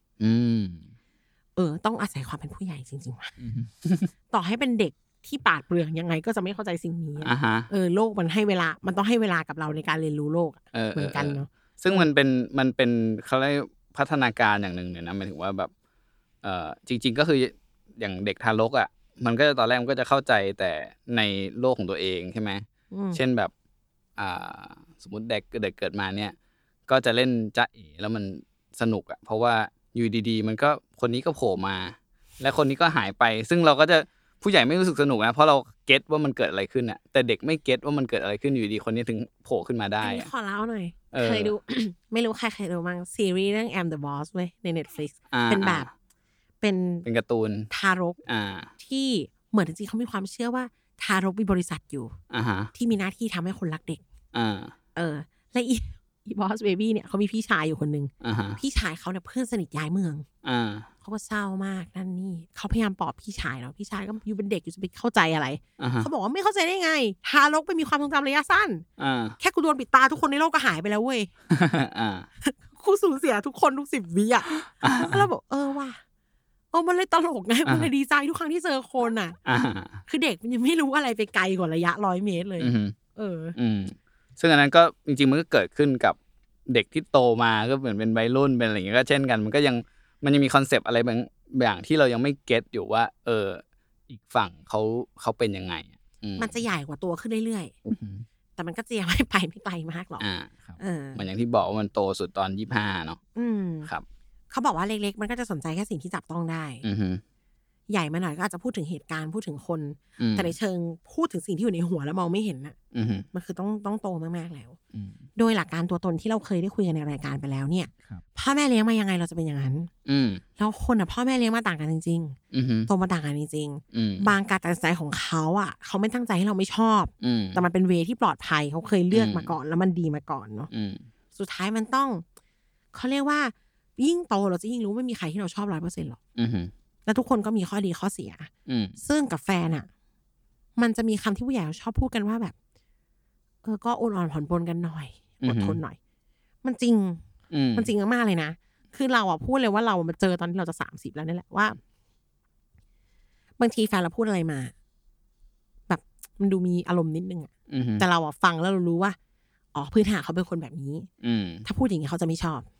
ต้องอาศัยความเป็นผู้ใหญ่จริงๆว่ะต่อให้เป็นเด็กที่ปราดเปรื่องยังไงก็จะไม่เข้าใจสิ่งนี้โลกมันให้เวลามันต้องให้เวลากับเราในการเรียนรู้โลกเหมือนกันเนาะซึ่งมันเป็นเขาเรียกพัฒนาการอย่างนึงเนี่ยนะหมายถึงว่าแบบจริงๆก็คืออย่างเด็กทารกมันก็ตอนแรกมันก็จะเข้าใจแต่ในโลกของตัวเองใช่ไหมเช่นแบบสมมติเด็กเกิดมาเนี่ยก็จะเล่นจ๊ะเอ๋แล้วมันสนุกเพราะว่าอยู่ดีๆมันก็คนนี้ก็โผล่มาและคนนี้ก็หายไปซึ่งเราก็จะผู้ใหญ่ไม่รู้สึกสนุกนะเพราะเราเก็ตว่ามันเกิดอะไรขึ้นแต่เด็กไม่เก็ตว่ามันเกิดอะไรขึ้นอยู่ดีคนนี้ถึงโผล่ขึ้นมาได้ขอเล่าหน่อยเคยดู ไม่รู้ใครเคยดูมั้งซีรีส์เรื่อง I'm the Boss เว้ยใน Netflix เป็นแบบเป็นการ์ตูนทารกที่เหมือนจริงๆเขามีความเชื่อว่าทารกมีบริษัทอยู่ที่มีหน้าที่ทำให้คนรักเด็กและอีบอสเบบี้เนี่ยเขามีพี่ชายอยู่คนนึงพี่ชายเขาเนี่ยเพื่อนสนิทย้ายเมืองเขาก็เศร้ามากนั่นนี่เขาพยายามปลอบพี่ชายเนาะพี่ชายก็อยู่เป็นเด็กอยู่จะไปเข้าใจอะไรเขาบอกว่าไม่เข้าใจได้ไงทารกไปมีความทรงจำระยะสั้นแค่กูโดนปิดตาทุกคนในโลกก็หายไปแล้วเว้ยกูสูญเสียทุกคนทุก10 วิแล้วเราบอกว่ะมันเลยตลกไงมันเลยดีใจทุกครั้งที่เจอคนคือเด็กมันยังไม่รู้อะไรไปไกลกว่าระยะ100 เมตรเลยซึ่งอันนั้นก็จริงๆมันก็เกิดขึ้นกับเด็กที่โตมาก็เหมือนเป็นวัยรุ่นเป็นอะไรอย่างเงี้ยก็เช่นกันมันยังมีคอนเซปต์อะไรบางอย่างที่เรายังไม่เก็ตอยู่ว่าอีกฝั่งเขาเป็นยังไงมันจะใหญ่กว่าตัวขึ้นเรื่อยๆแต่มันก็จะยังไม่ไกลมากหรอกเหมือนอย่างที่บอกว่ามันโตสุดตอน25เนาะครับเขาบอกว่าเล็กๆมันก็จะสนใจแค่สิ่งที่จับต้องได้ใหญ่มาหน่อยก็อาจจะพูดถึงเหตุการณ์พูดถึงคนแต่ในเชิงพูดถึงสิ่งที่อยู่ในหัวแล้วมองไม่เห็นมันคือต้องโตมากๆแล้วโดยหลักการตัวตนที่เราเคยได้คุยกันในรายการไปแล้วเนี่ยพ่อแม่เลี้ยงมายังไงเราจะเป็นอย่างนั้นแล้วคนพ่อแม่เลี้ยงมาต่างกันจริงๆโตมาต่างกันจริงๆบางการตัดสินใจของเขาเขาไม่ตั้งใจให้เราไม่ชอบแต่มันเป็นเวที่ปลอดภัยเขาเคยเลือกมาก่อนแล้วมันดีมาก่อนเนาะสุดท้ายมันต้องเขาเรียกว่ายิ่งโตเราจะยิ่งรู้ไม่มีใครที่เราชอบ 100% หรอกแล้วทุกคนก็มีข้อดีข้อเสียซึ่งกับแฟนมันจะมีคำที่ผู้ใหญ่ชอบพูดกันว่าแบบก็อ่อนผ่อนปลนกันหน่อยอดทนหน่อยมันจริงมากๆเลยนะคือเราพูดเลยว่าเรามาเจอตอนที่เราจะ30แล้วนี่แหละว่าบางทีแฟนเราพูดอะไรมาแบบมันดูมีอารมณ์นิดนึงแต่เราฟังแล้วเรารู้ว่าพื้นฐานเขาเป็นคนแบบนี้ถ้าพูดอย่างนี้เขาจะไม่ชอบ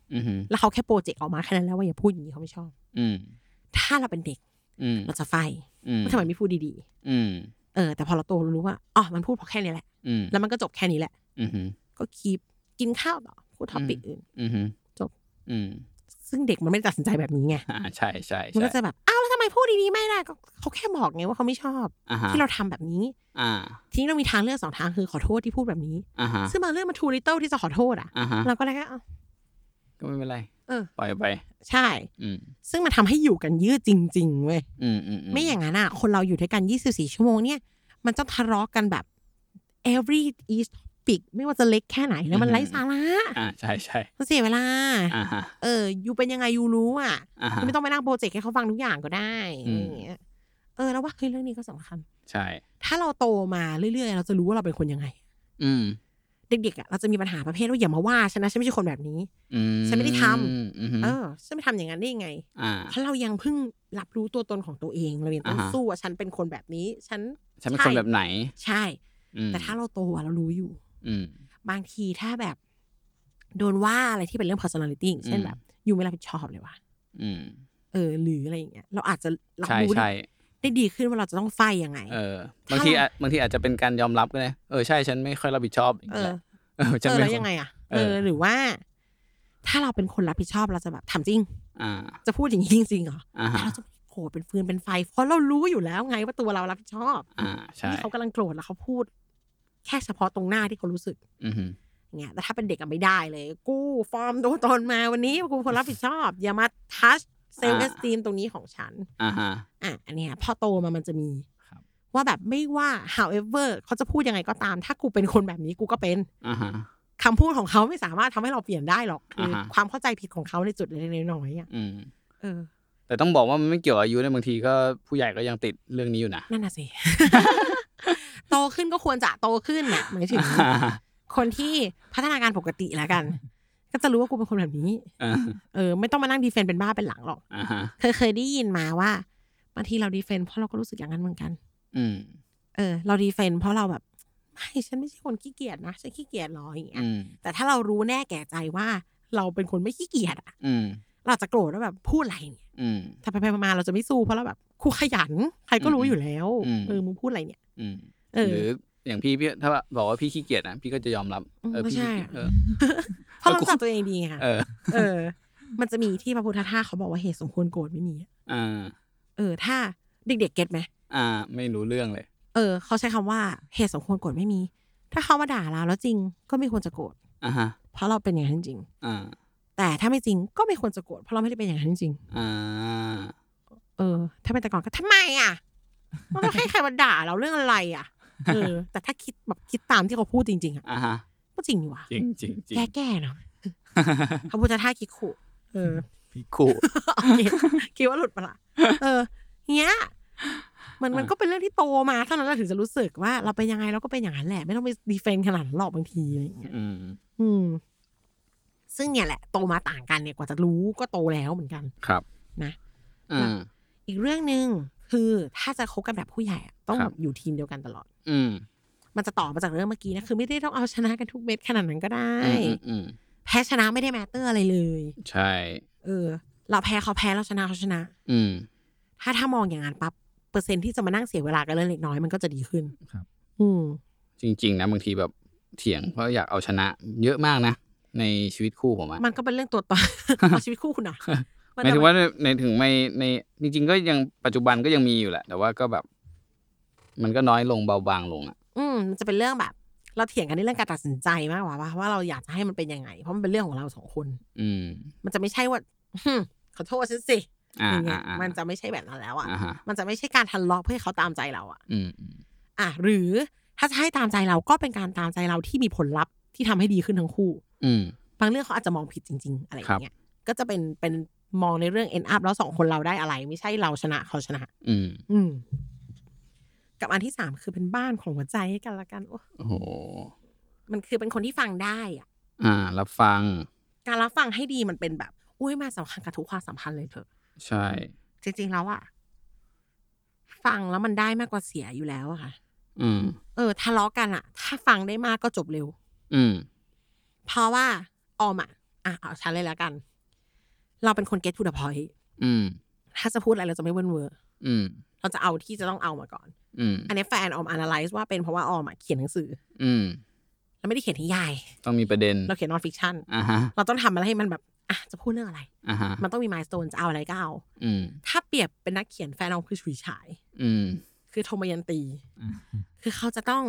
แล้วเขาแค่โปรเจกต์ออกมาแค่นั้นแล้วว่าอย่าพูดอย่างนี้เขาไม่ชอบถ้าเราเป็นเด็กเราจะไฟว่าทำไมไม่พูดดีๆแต่พอเราโตรู้ว่าอ๋อมันพูดเพราะแค่นี้แหละแล้วมันก็จบแค่นี้แหละก็คีปกินข้าวต่อพูดท็อปิกอื่นจบซึ่งเด็กมันไม่ได้ตัดสินใจแบบนี้ไงใช่ใช่มันก็จะแบบอ้าวแล้วทำไมพูดดีๆไม่ได้ก็เขาแค่บอกไงว่าเขาไม่ชอบที่เราทำแบบนี้ทีนี้เรามีทางเลือก2 ทางคือขอโทษที่พูดแบบนี้ซึ่งบางเรื่องมันทูริตเติลที่จะขอโทษเราก็เลยก็ไม่เป็นไรปล่อยไปใช่ซึ่งมันทำให้อยู่กันยืดจริงๆเว้ยไม่อย่างนั้นคนเราอยู่ด้วยกัน24 ชั่วโมงเนี่ยมันต้องทะเลาะกันแบบ every each topic ไม่ว่าจะเล็กแค่ไหนแล้วมันไร้สาระใช่ใช่มันเสียเวลาอยู่เป็นยังไงอยู่รู้ไม่ต้องไปนั่งโปรเจกต์ให้เขาฟังทุกอย่างก็ได้อย่างเงี้ยแล้วว่าเฮ้ยเรื่องนี้ก็สำคัญใช่ถ้าเราโตมาเรื่อยๆเราจะรู้ว่าเราเป็นคนยังไงเด็กๆเราจะมีปัญหาประเภทว่าอย่ามาว่าฉันนะฉันไม่ใช่คนแบบนี้ฉันไม่ได้ทำฉันไม่ทำอย่างนั้นได้ยังไงเพราะเรายังเพิ่งรับรู้ตัวตนของตัวเองเรายังต้องสู้ว่าฉันเป็นคนแบบนี้ฉันเป็นคนแบบไหนใช่แต่ถ้าเราโตเรารู้อยู่บางทีถ้าแบบโดนว่าอะไรที่เป็นเรื่อง personality เช่นแบบอยู่ไม่รับผิดชอบเลยว่ะหรืออะไรอย่างเงี้ยเราอาจจะรับรู้ได้ดีขึ้นว่าเราจะต้องไฟยังไงบางทีอาจจะเป็นการยอมรับก็ได้ใช่ฉันไม่ค่อยรับผิดชอบแล้วยังไงหรือว่าถ้าเราเป็นคนรับผิดชอบเราจะแบบทำจริงจะพูดอย่างนี้จริงๆเหรอเราจะโกรธเป็นฟืนเป็นไฟเพราะเรารู้อยู่แล้วไงว่าตัวเรารับผิดชอบที่เขากำลังโกรธแล้วเขาพูดแค่เฉพาะตรงหน้าที่เขารู้สึกเงี้ยแต่ถ้าเป็นเด็กไม่ได้เลยกูฟอร์มตัวตนมาวันนี้กูคนรับผิดชอบอย่ามาทัชเซลฟ์เอสตีมตรงนี้ของฉันอันเนี้ยพอโตมามันจะมีว่าแบบไม่ว่า however เขาจะพูดยังไงก็ตามถ้ากูเป็นคนแบบนี้กูก็เป็นคำพูดของเขาไม่สามารถทำให้เราเปลี่ยนได้หรอกคือความเข้าใจผิดของเขาในจุดเล็กๆน้อยๆแต่ต้องบอกว่ามันไม่เกี่ยวอายุนะบางทีก็ผู้ใหญ่ก็ยังติดเรื่องนี้อยู่นะนั่นน่ะสิ โตขึ้นก็ควรจะโตขึ้นน่ะหมายถึงคนที่พัฒนาการปกติแล้วกันก็จะรู้ว่ากูเป็นคนแบบนี้ไม่ต้องมานั่งดีเฟนต์เป็นบ้าเป็นหลังหรอกเคยได้ยินมาว่าบางทีเราดีเฟนต์เพราะเราก็รู้สึกอย่างนั้นเหมือนกันเราดีเฟนต์เพราะเราแบบไม่ฉันไม่ใช่คนขี้เกียจนะฉันขี้เกียจหรออย่างเงี้ยแต่ถ้าเรารู้แน่แก่ใจว่าเราเป็นคนไม่ขี้เกียจเราจะโกรธว่าแบบพูดอะไรเนี่ยถ้าไปมาเราจะไม่สู้เพราะเราแบบคู่ขยันใครก็รู้อยู่แล้วมึงพูดอะไรเนี่ยหรืออย่างพี่ถ้าบอกว่าพี่ขี้เกียจนะพี่ก็จะยอมรับพี่ใช่เพราะเราจับตัวเองดีค่ะมันจะมีที่พระพุทธทาสเขาบอกว่าเหตุสมควรโกรธไม่มีถ้าเด็กๆเก็ตไหมไม่รู้เรื่องเลยเขาใช้คำว่าเหตุสมควรโกรธไม่มีถ้าเขามาด่าเราแล้วจริงก็ไม่ควรจะโกรธเพราะเราเป็นอย่างนั้นจริงแต่ถ้าไม่จริงก็ไม่ควรจะโกรธเพราะเราไม่ได้เป็นอย่างนั้นจริงถ้าเป็นแต่ก่อนก็ทำไมมันต้องให้ใครมาด่าเราเรื่องอะไรแต่ถ้าคิดตามที่เขาพูดจริงๆก็จริงนี่หว่าจริงแก้เนาะพระพุทธทาสคิกขุพิคุคิดว่าหลุดปะล่ะเงี้ยมันก็เป็นเรื่องที่โตมาเท่านั้นเราถึงจะรู้สึกว่าเราเป็นยังไงเราก็เป็นอย่างนั้นแหละไม่ต้องไปดีเฟนต์ขนาดนั้นหรอกบางทีอะไรอย่างเงี้ยซึ่งเนี่ยแหละโตมาต่างกันเนี่ยกว่าจะรู้ก็โตแล้วเหมือนกันครับนะอีกเรื่องนึงคือถ้าจะคบกันแบบผู้ใหญ่ต้องอยู่ทีมเดียวกันตลอดมันจะต่อมาจากเรื่องเมื่อกี้นะคือไม่ได้ต้องเอาชนะกันทุกเม็ดขนาดนั้นก็ได้แพ้ชนะไม่ได้แมตเตอร์อะไรเลยใช่เราแพ้เขาแพ้เราชนะเขาชนะถ้ามองอย่างนั้นปั๊บเปอร์เซ็นต์ที่จะมานั่งเสียเวลากันเรื่องเล็กน้อยมันก็จะดีขึ้นครับจริงๆนะบางทีแบบเถียงเพราะอยากเอาชนะเยอะมากนะในชีวิตคู่ผมมันก็เป็นเรื่องตัวตนเอาชีวิตคู่คุณนะหมายถึงว่าในจริงๆก็ยังปัจจุบันก็ยังมีอยู่แหละแต่ว่าก็แบบมันก็น้อยลงเบาบางลงมันจะเป็นเรื่องแบบเราเถียงกันในเรื่องการตัดสินใจมากกว่าว่าเราอยากจะให้มันเป็นยังไงเพราะมันเป็นเรื่องของเรา2คนมันจะไม่ใช่ว่าขอโทษฉันสิอย่างเงี้ยมันจะไม่ใช่แบบนั้นแล้วมันจะไม่ใช่การทะเลาะเพื่อให้เขาตามใจเราหรือถ้าจะให้ตามใจเราก็เป็นการตามใจเราที่มีผลลัพธ์ที่ทำให้ดีขึ้นทั้งคู่บางเรื่องเขาอาจจะมองผิดจริงๆอะไรอย่างเงี้ยก็จะเป็นมองในเรื่อง end up แล้ว2คนเราได้อะไรไม่ใช่เราชนะเขาชนะกับอันที่3คือเป็นบ้านของหัวใจให้กันละกันโอ้โหมันคือเป็นคนที่ฟังได้รับฟังการรับฟังให้ดีมันเป็นแบบมาสำคัญกับทุกความสัมพันธ์เลยเถอะใช่จริงๆแล้วฟังแล้วมันได้มากกว่าเสียอยู่แล้วค่ะทะเลาะกันถ้าฟังได้มากก็จบเร็วเพราะว่าออมเอาฉันเลยแล้วกันเราเป็นคน get to the point ถ้าจะพูดอะไรเราจะไม่เวิร์นเวอร์เราจะเอาที่จะต้องเอามาก่อนอันนี้แฟนออม analyze ว่าเป็นเพราะว่าออมเขียนหนังสือเราไม่ได้เขียนนิยายต้องมีประเด็นเราเขียน non fiction เราต้องทำอะไรให้มันแบบจะพูดเรื่องอะไรมันต้องมี milestone จะเอาอะไรก็เอาถ้าเปรียบเป็นนักเขียนแฟนออมคือฉุยฉายคือโทมยันตีคือเขาต้อง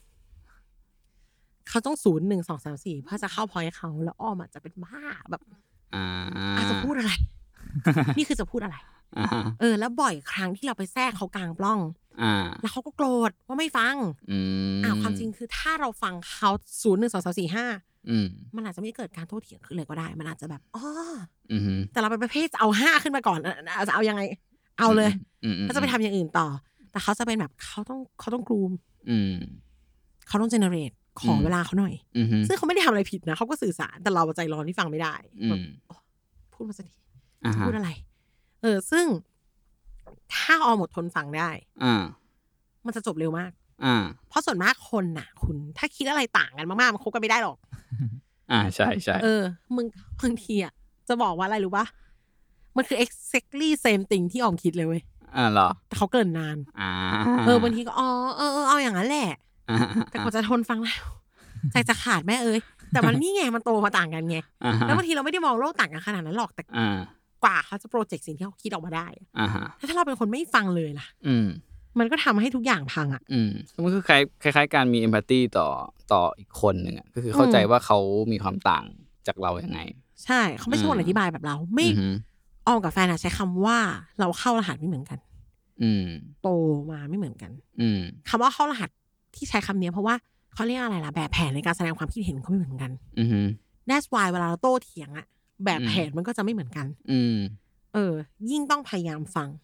0 1 2 3 4เพื่อจะเข้าพอยต์เขาแล้วอ้อมจะเป็นบ้าแบบจะพูดอะไร นี่คือจะพูดอะไรแล้วบ่อยครั้งที่เราไปแทรกเขากลางปล้องแล้วเขาก็โกรธว่าไม่ฟังความจริงคือถ้าเราฟังเขา0 1 2 3 4 5มันอาจจะไม่เกิดการโต้เถียงขึ้นเลยก็ได้มันอาจจะแบบแต่เราเป็นประเภทจะเอา5ขึ้นมาก่อนจะเอายังไงเอาเลยแล้วจะไปทำอย่างอื่นต่อแต่เขาจะเป็นแบบเขาต้องกรูมเขาต้องเจเนเรตขอเวลาเขาหน่อยซึ่งเขาไม่ได้ทำอะไรผิดนะเขาก็สื่อสารแต่เราใจร้อนที่ฟังไม่ได้พูดมาสักทีพูดอะไรซึ่งถ้าออมอดทนฟังได้มันจะจบเร็วมากเพราะส่วนมากคนน่ะคุณถ้าคิดอะไรต่างกันมากๆมันคบกันไม่ได้หรอกใช่ใช่มึงบางทีจะบอกว่าอะไรรู้ป่ะมันคือ exactly same thing ที่ออมคิดเลยเว้ยเหรอแต่เขาเกินนานบางทีก็เอาอย่างนั้นแหละแต่กว่าจะทนฟังแล้วใจจะขาดแม่แต่มันนี่ไงมันโตมาต่างกันไงแล้วบางทีเราไม่ได้มองโลกต่างกันขนาดนั้นหรอกแต่กว่าเขาจะโปรเจกต์สิ่งที่เขาคิดออกมาได้ถ้าเราเป็นคนไม่ฟังเลยล่ะมันก็ทำให้ทุกอย่างพังมันคือคล้ายๆการมีเอมพัตตีต่ออีกคนหนึ่งก็คือเข้าใจว่าเขามีความต่างจากเราอย่างไงใช่เขาไม่ใช่คนอธิบายแบบเราไม่ออมกับแฟนใช้คำว่าเราเข้ารหัสไม่เหมือนกันโตมาไม่เหมือนกันคำว่าเข้ารหัสที่ใช้คำนี้เพราะว่าเขาเรียกอะไรล่ะแบบแผนในการแสดงความคิดเห็นเขาไม่เหมือนกันThat's why เวลาเราโต้เถียงแบบแผนมันก็จะไม่เหมือนกันยิ่งต้องพยายามฟัง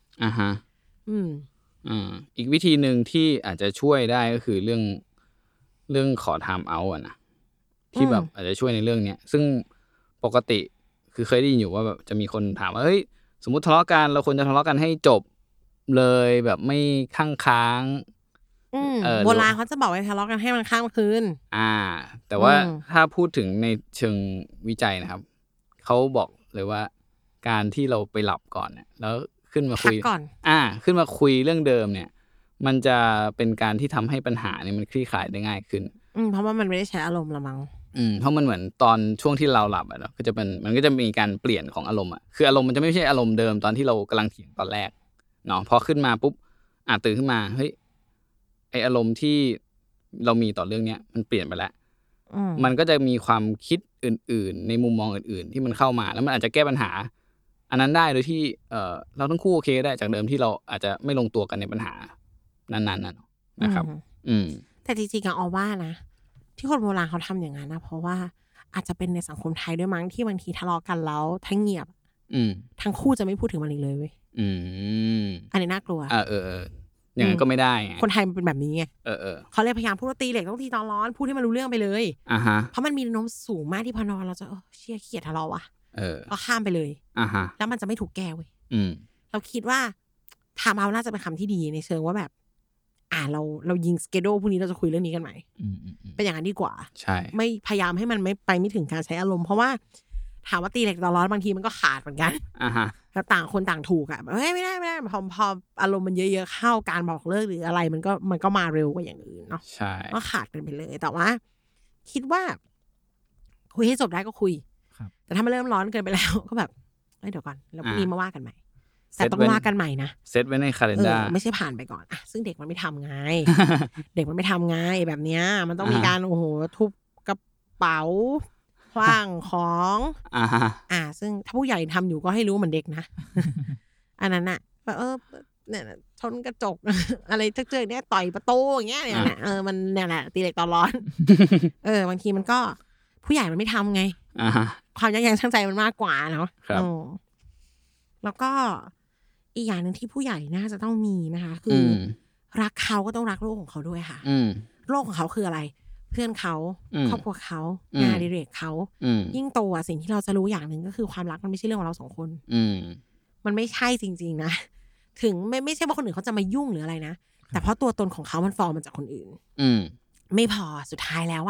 อีกวิธีหนึ่งที่อาจจะช่วยได้ก็คือเรื่องขอ time out นะที่แบบอาจจะช่วยในเรื่องเนี้ยซึ่งปกติคือเคยได้ยินอยู่ว่าแบบจะมีคนถามว่าเฮ้ยสมมุติทะเลาะกันเราควรจะทะเลาะกันให้จบเลยแบบไม่ค้างโบราณเขาจะบอกว่าทะเลาะกันให้มันข้ามคืนแต่ว่าถ้าพูดถึงในเชิงวิจัยนะครับเขาบอกเลยว่าการที่เราไปหลับก่อนเนี่ยแล้วขึ้นมาคุยขึ้นมาคุยเรื่องเดิมเนี่ยมันจะเป็นการที่ทำให้ปัญหาเนี่ยมันคลี่คลายได้ง่ายขึ้นเพราะว่ามันไม่ได้ใช้อารมณ์ละมั้งเพราะมันเหมือนตอนช่วงที่เราหลับเนาะก็จะเป็นมันก็จะมีการเปลี่ยนของอารมณ์คืออารมณ์มันจะไม่ใช่อารมณ์เดิมตอนที่เรากำลังเถียงตอนแรกเนาะพอขึ้นมาปุ๊บตื่นขึ้นมาเฮ้ยไออารมณ์ที่เรามีต่อเรื่องเนี้ยมันเปลี่ยนไปแล้วมันก็จะมีความคิดอื่นๆในมุมมองอื่นๆที่มันเข้ามาแล้วมันอาจจะแก้ปัญหาอันนั้นได้โดยที่เราทั้งคู่โอเคได้จากเดิมที่เราอาจจะไม่ลงตัวกันในปัญหานั้นๆนะครับแต่จริงๆเอาว่านะที่คนโบราณเขาทำอย่างนั้นนะเพราะว่าอาจจะเป็นในสังคมไทยด้วยมั้งที่บางทีทะเลาะกันแล้วทั้งเงียบทั้งคู่จะไม่พูดถึงมันอีกเลยเว้ยอันนี้น่ากลัวอย่างนั้นก็ไม่ได้คนไทยมันเป็นแบบนี้ไงเขาเลยพยายามพูดว่าตีเหล็กต้องตีตอนร้อนพูดให้มันรู้เรื่องไปเลยเพราะมันมีแนวโน้มสูงมากที่พอนอนเราจะเชี่ยเขียดทะเลาะว่ะก็ข้ามไปเลยแล้วมันจะไม่ถูกแก้เว้ยเราคิดว่าทามเอาน่าจะเป็นคำที่ดีในเชิงว่าแบบเรายิงสเกดูพรุ่งนี้เราจะคุยเรื่องนี้กันใหม่เป็นอย่างนั้นดีกว่าใช่ไม่พยายามให้มันไม่ถึงการใช้อารมณ์เพราะว่าถามว่าตีเหล็กตอนร้อนบางทีมันก็ขาดเหมือนกันแล้วต่างคนต่างถูกไม่ได้พออารมณ์มันเยอะๆเข้าการบอกเลิกหรืออะไรมันก็มาเร็วกว่าอย่างอื่นเนาะใช่ก็ขาดกันไปเลยแต่ว่าคิดว่าคุยให้จบได้ก็คุยแต่ถ้ามันเริ่มร้อนเกินไปแล้วก็แบบเดี๋ยวก่อนแล้วพรุ่งนี้มาว่ากันใหม่แต่ต้องว่ากันใหม่นะเซตไว้ในคาเลนดาร์ไม่ใช่ผ่านไปก่อนซึ่งเด็กมันไม่ทำไง เด็กมันไม่ทำไงแบบเนี้ยมันต้องมีการทุบกระเป๋าขว้างของซึ่งถ้าผู้ใหญ่ทำอยู่ก็ให้รู้เหมือนเด็กนะ อันนั้นน่ะเนี่ยชนกระจก อะไรเจือกๆเนี่ยต่อยประตูอย่างเงี้ยเนี่ยมันเนี่ยแหละตีเหล็กตอนร้อน บางทีมันก็ผู้ใหญ่มันไม่ทำไงความยับยั้งชั่งใจมันมากกว่าเนาะแล้วก็อีกอย่างนึงที่ผู้ใหญ่น่าจะต้องมีนะคะคือรักเขาก็ต้องรักโลกของเขาด้วยค่ะโลกของเขาคืออะไรเพื่อนเขาครอบครัวเขางานอดิเรกเขายิ่งโตสิ่งที่เราจะรู้อย่างนึงก็คือความรักมันไม่ใช่เรื่องของเราสองคนมันไม่ใช่จริงๆนะถึงไม่ใช่ว่าคนอื่นเขาจะมายุ่งหรืออะไรนะแต่เพราะตัวตนของเขามันฟอร์มมาจากคนอื่นไม่พอสุดท้ายแล้ว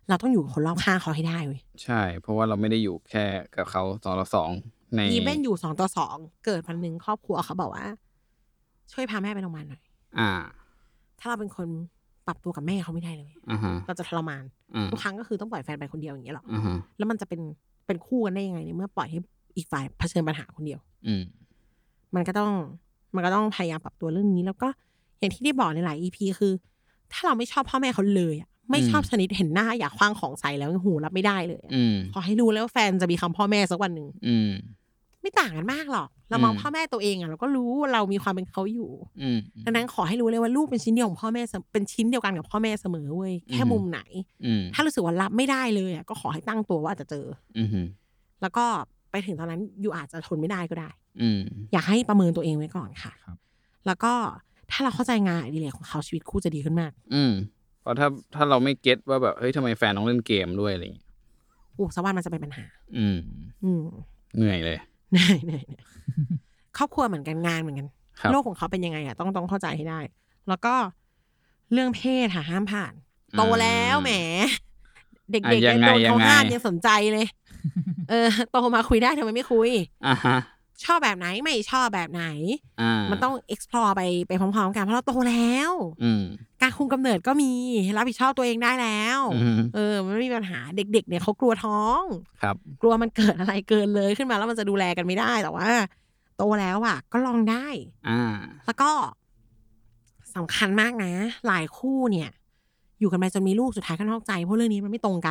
เราต้องอยู่กับคนรอบข้างเขาให้ได้เว้ยใช่เพราะว่าเราไม่ได้อยู่แค่กับเขา2:2ในอีเวนอยู่2:2เกิดวันนึงครอบครัวเขาบอกว่าช่วยพาแม่ไปโรงพยาบาลหน่อยถ้าเราเป็นคนปรับตัวกับแม่เขาไม่ได้เลยเราจะทรมานทุกครั้งก็คือต้องปล่อยแฟนไปคนเดียวอย่างเงี้ยหรอแล้วมันจะเป็นคู่กันได้ยังไงเนี่ยเมื่อปล่อยให้อีกฝ่ายเผชิญปัญหาคนเดียวมันก็ต้องพยายามปรับตัวเรื่องนี้แล้วก็อย่างที่ได้บอกในหลาย EP คือถ้าเราไม่ชอบพ่อแม่เขาเลยอ่ะไม่ชอบชนิดเห็นหน้าอยากคว้างของใส่แล้วหูรับไม่ได้เลยขอให้รู้แล้วว่าแฟนจะมีคำพ่อแม่สักวันนึงไม่ต่างกันมากหรอกเรามองพ่อแม่ตัวเองอ่ะเราก็รู้เรามีความเป็นเขาอยู่ดังนั้นขอให้รู้เลยว่าลูกเป็นชิ้นเดียวของพ่อแม่เป็นชิ้นเดียวกันกับพ่อแม่เสมอเว้ยแค่มุมไหนถ้ารู้สึกว่ารับไม่ได้เลยอ่ะก็ขอให้ตั้งตัวว่าอาจจะเจอแล้วก็ไปถึงตอนนั้นอยู่อาจจะทนไม่ได้ก็ได้อยากให้ประเมินตัวเองไว้ก่อนค่ะแล้วก็ถ้าเราเข้าใจงานอดิเรกของเขาชีวิตคู่จะดีขึ้นมากเพราะถ้าเราไม่เก็ตว่าแบบเฮ้ยทำไมแฟนต้องเล่นเกมด้วยอะไรอย่างเงี้ยสักวันมันจะเป็นปัญหาเหนื่อยเลยเหนื่อยครอบครัวเหมือนกันงานเหมือนกันโลกของเขาเป็นยังไงอ่ะต้องเข้าใจให้ได้แล้วก็เรื่องเพศห้ามผ่านโตแล้วแหมเด็กๆยังโดนเขาห้ามยังสนใจเลยโตมาคุยได้ทำไมไม่คุยชอบแบบไหนไม่ชอบแบบไหนมันต้อง explore ไปพร้อมๆกันเพราะเราโตแล้วการคุมกำเนิดก็มีรับผิดชอบตัวเองได้แล้วมันไม่มีปัญหาเด็กๆเนี่ยเขากลัวท้องกลัวมันเกิดอะไรเกินเลยขึ้นมาแล้วมันจะดูแลกันไม่ได้แต่ว่าโตแล้วอ่ะก็ลองได้แล้วก็สำคัญมากนะหลายคู่เนี่ยอยู่กันไปจนมีลูกสุดท้ายก็นอกใจเพราะเรื่องนี้มันไม่ตรงกัน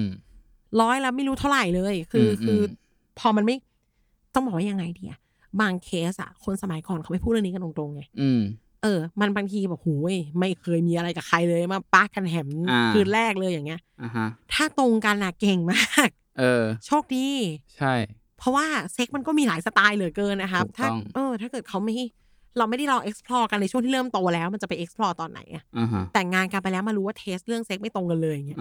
100แล้วไม่รู้เท่าไหร่เลยคือพอมันไม่ต้องบอกว่ายังไงดีอะบางเคสอะคนสมัยก่อนเขาไม่พูดเรื่องนี้กันตรงๆไงมันบางทีแบบโหยไม่เคยมีอะไรกับใครเลยมาปากันแหมคืนแรกเลยอย่างเงี้ยถ้าตรงกันอะเก่งมากโชคดีใช่เพราะว่าเซ็กมันก็มีหลายสไตล์เหลือเกินนะครับถ้าถ้าเกิดเราไม่ได้ลอง explore กันในช่วงที่เริ่มโตแล้วมันจะไป explore ตอนไหนอะแต่งงานกันไปแล้วมารู้ว่าเทสเรื่องเซ็กไม่ตรงกันเลยอย่างเงี้ย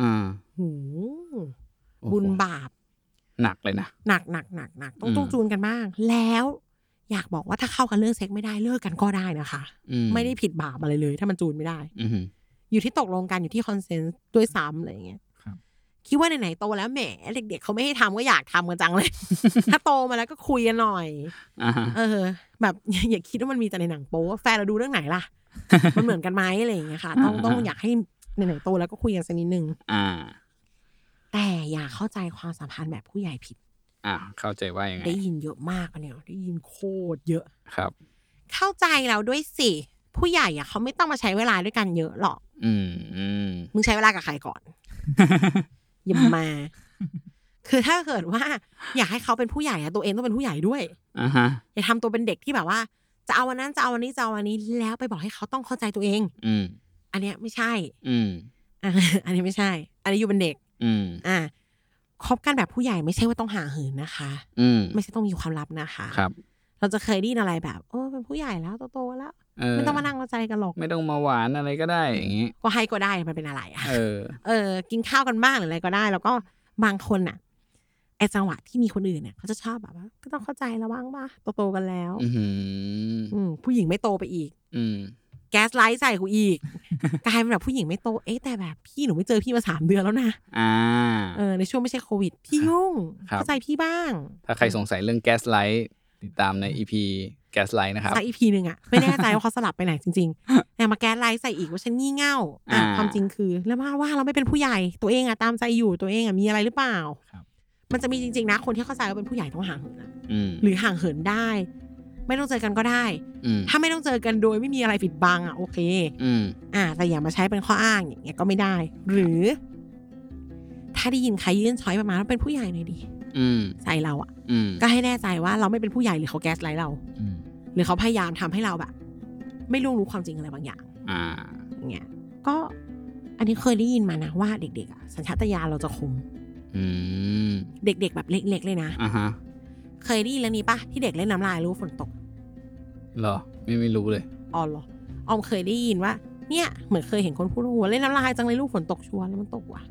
บุญบาปหนักเลยนะหนักต้องจูนกันบ้างแล้วอยากบอกว่าถ้าเข้ากันเรื่องเซ็กไม่ได้เลิกกันก็ได้นะคะไม่ได้ผิดบาปอะไรเลยถ้ามันจูนไม่ได้อยู่ที่ตกลงกันอยู่ที่คอนเซนส์ด้วยซ้ำอะไรอย่างเงี้ยคิดว่าไหนๆโตแล้วแหมเด็กๆเขาไม่ให้ทำก็อยากทำกันจังเลย ถ้าโตมาแล้วก็คุยกันหน่อยแบบอย่าคิดว่ามันมีแต่ในหนังโป๊แฟนเราดูเรื่องไหนล่ะ มันเหมือนกันไหมอะไรอย่างเงี้ยค่ะต้องอยากให้ไหนๆโตแล้วก็คุยกันสักนิดนึงแต่อย่าเข้าใจความสัมพันธ์แบบผู้ใหญ่ผิดเข้าใจว่ายังไงได้ยินเยอะมากเนี่ยได้ยินโคตรเยอะครับเข้าใจเราด้วยสิผู้ใหญ่อะเขาไม่ต้องมาใช้เวลาด้วยกันเยอะหรอกมึงใช้เวลากับใครก่อน อย่ามาคือถ้าเกิดว่าอยากให้เขาเป็นผู้ใหญ่อะตัวเองต้องเป็นผู้ใหญ่ด้วยอย่าทำตัวเป็นเด็กที่แบบว่าจะเอาวันนั้นจะเอาวันนี้จะเอาวันนี้แล้วไปบอกให้เขาต้องเข้าใจตัวเองอันเนี้ยไม่ใช่อันนี้ไม่ใช่อันนี้อยู่เป็นเด็กคบกันแบบผู้ใหญ่ไม่ใช่ว่าต้องห่างเหินนะคะไม่ใช่ต้องมีความลับนะคะครับเราจะเคยได้ยินอะไรแบบเป็นผู้ใหญ่แล้วโตๆแล้วไม่ต้องมานั่งเข้าใจกันหรอกไม่ต้องมาหวานอะไรก็ได้อย่างงี้ก็ให้ก็ได้มันเป็นอะไรกินข้าวกันบ้างหรืออะไรก็ได้แล้วก็บางคนน่ะไอ้จังหวะที่มีคนอื่นเนี่ยเขาจะชอบแบบว่าก็ต้องเข้าใจระวังป่ะโตๆกันแล้วผู้หญิงไม่โตไปอีกแก๊สไลท์ใส่กูอีกกลายเป็นแบบผู้หญิงไม่โตแต่แบบพี่หนูไม่เจอพี่มา3 เดือนแล้วนะในช่วงไม่ใช่โควิดพี่ยุ่งเข้าใจพี่บ้างถ้าใครสงสัยเรื่องแก๊สไลท์ติดตามใน EP แก๊สไลท์นะครับสัก EP นึงอะไม่แน่ใจว่าเขาสลับไปไหนจริงๆแต่มาแก๊สไลท์ใส่อีกว่าฉันงี่เง่าความจริงคือแล้วว่าเราไม่เป็นผู้ใหญ่ตัวเองอะตามใจอยู่ตัวเองอะมีอะไรหรือเปล่ามันจะมีจริงๆนะคนที่เข้าใจว่าเป็นผู้ใหญ่ต้องห่างเหินหรือห่างเหินได้ไม่ต้องเจอกันก็ได้ถ้าไม่ต้องเจอกันโดยไม่มีอะไรปิดบังโอเคแต่อย่ามาใช้เป็นข้ออ้างอย่างเงี้ยก็ไม่ได้หรือถ้าได้ยินใครยื่นช้อยประมาณว่าเป็นผู้ใหญ่หน่อยดิใส่เราก็ให้แน่ใจว่าเราไม่เป็นผู้ใหญ่หรือเขาแก๊สไลท์เราหรือเขาพยายามทำให้เราแบบไม่รู้ความจริงอะไรบางอย่างอย่างเงี้ยก็อันนี้เคยได้ยินมานะว่าเด็กๆสัญชาตญาณเราจะคมเด็กๆแบบเล็กๆเลยนะเคยได้ยินเรื่องนี้ปะที่เด็กเล่นน้ำลายรู้ฝนตกเหรอไม่รู้เลยเหรอออมเคยได้ยินว่าเนี่ยเหมือนเคยเห็นคนพูดว่าเล่นน้ำลายจังเลยลูกฝนตกชัวร์แล้วมันตกว่ะ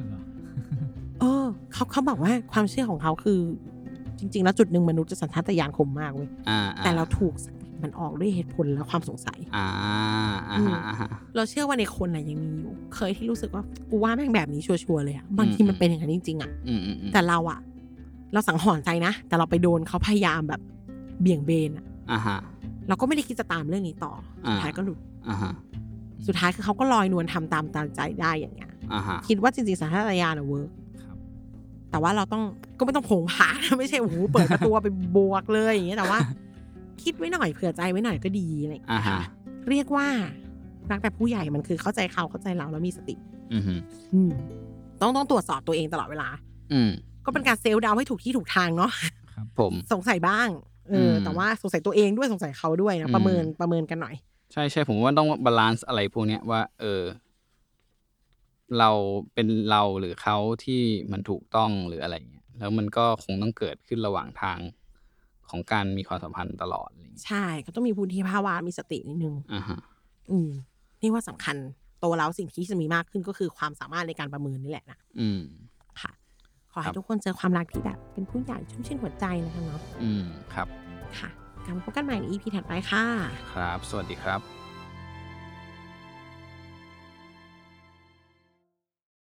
เขาบอกว่าความเชื่อของเขาคือจริงๆแล้วจุดนึงมนุษย์จะสัญชาตญาณคมมากเว้ยแต่เราถูกแมันออกด้วยเหตุผลและความสงสัยเราเชื่อว่าในคนน่ะยังมีอยู่เคยที่รู้สึกว่ากูว่าแม่งแบบนี้ชัวร์ๆเลยบางทีมันเป็นอย่างนั้นจริงๆแต่เราสังหรณ์ใจนะแต่เราไปโดนเขาพยายามแบบเบี่ยงเบนเราก็ไม่ได้คิดจะตามเรื่องนี้ต่อสุดท้ายก็หลุดสุดท้ายคือเขาก็ลอยนวลทำตามใจได้อย่างเงี้ยคิดว่าจริงๆสัญชาตญาณเวิร์กแต่ว่าเราก็ไม่ต้องโผงผางไม่ใช่โอ้โหเปิดประตูไปบวกเลยอย่างเงี้ยแต่ว่าคิดไว้หน่อยเผื่อใจไว้หน่อยก็ดีอะไรอย่างเงี้ยเรียกว่ารักแบบผู้ใหญ่มันคือเข้าใจเขาเข้าใจเราแล้วมีสติต้องตรวจสอบตัวเองตลอดเวลาก็เป็นการเซลล์ดาวให้ถูกที่ถูกทางเนาะครับผมสงสัยบ้างแต่ว่าสงสัยตัวเองด้วยสงสัยเขาด้วยนะประเมินกันหน่อยใช่ๆผมว่าต้องบาลานซ์อะไรพวกเนี้ยว่าเราเป็นเราหรือเขาที่มันถูกต้องหรืออะไรเงี้ยแล้วมันก็คงต้องเกิดขึ้นระหว่างทางของการมีความสัมพันธ์ตลอดใช่ก็ต้องมีวุฒิภาวะมีสตินิดนึงนี่ว่าสำคัญโตแล้วสิ่งที่จะมีมากขึ้นก็คือความสามารถในการประเมินนี่แหละนะค่ะขอให้ทุกคนเจอความรักที่แบบเป็นผู้ใหญ่ชุ่มชื่นหัวใจนะคะเนาะครับค่ะกลับมาพบกันใหม่ใน EP ถัดไปค่ะครับสวัสดีครับ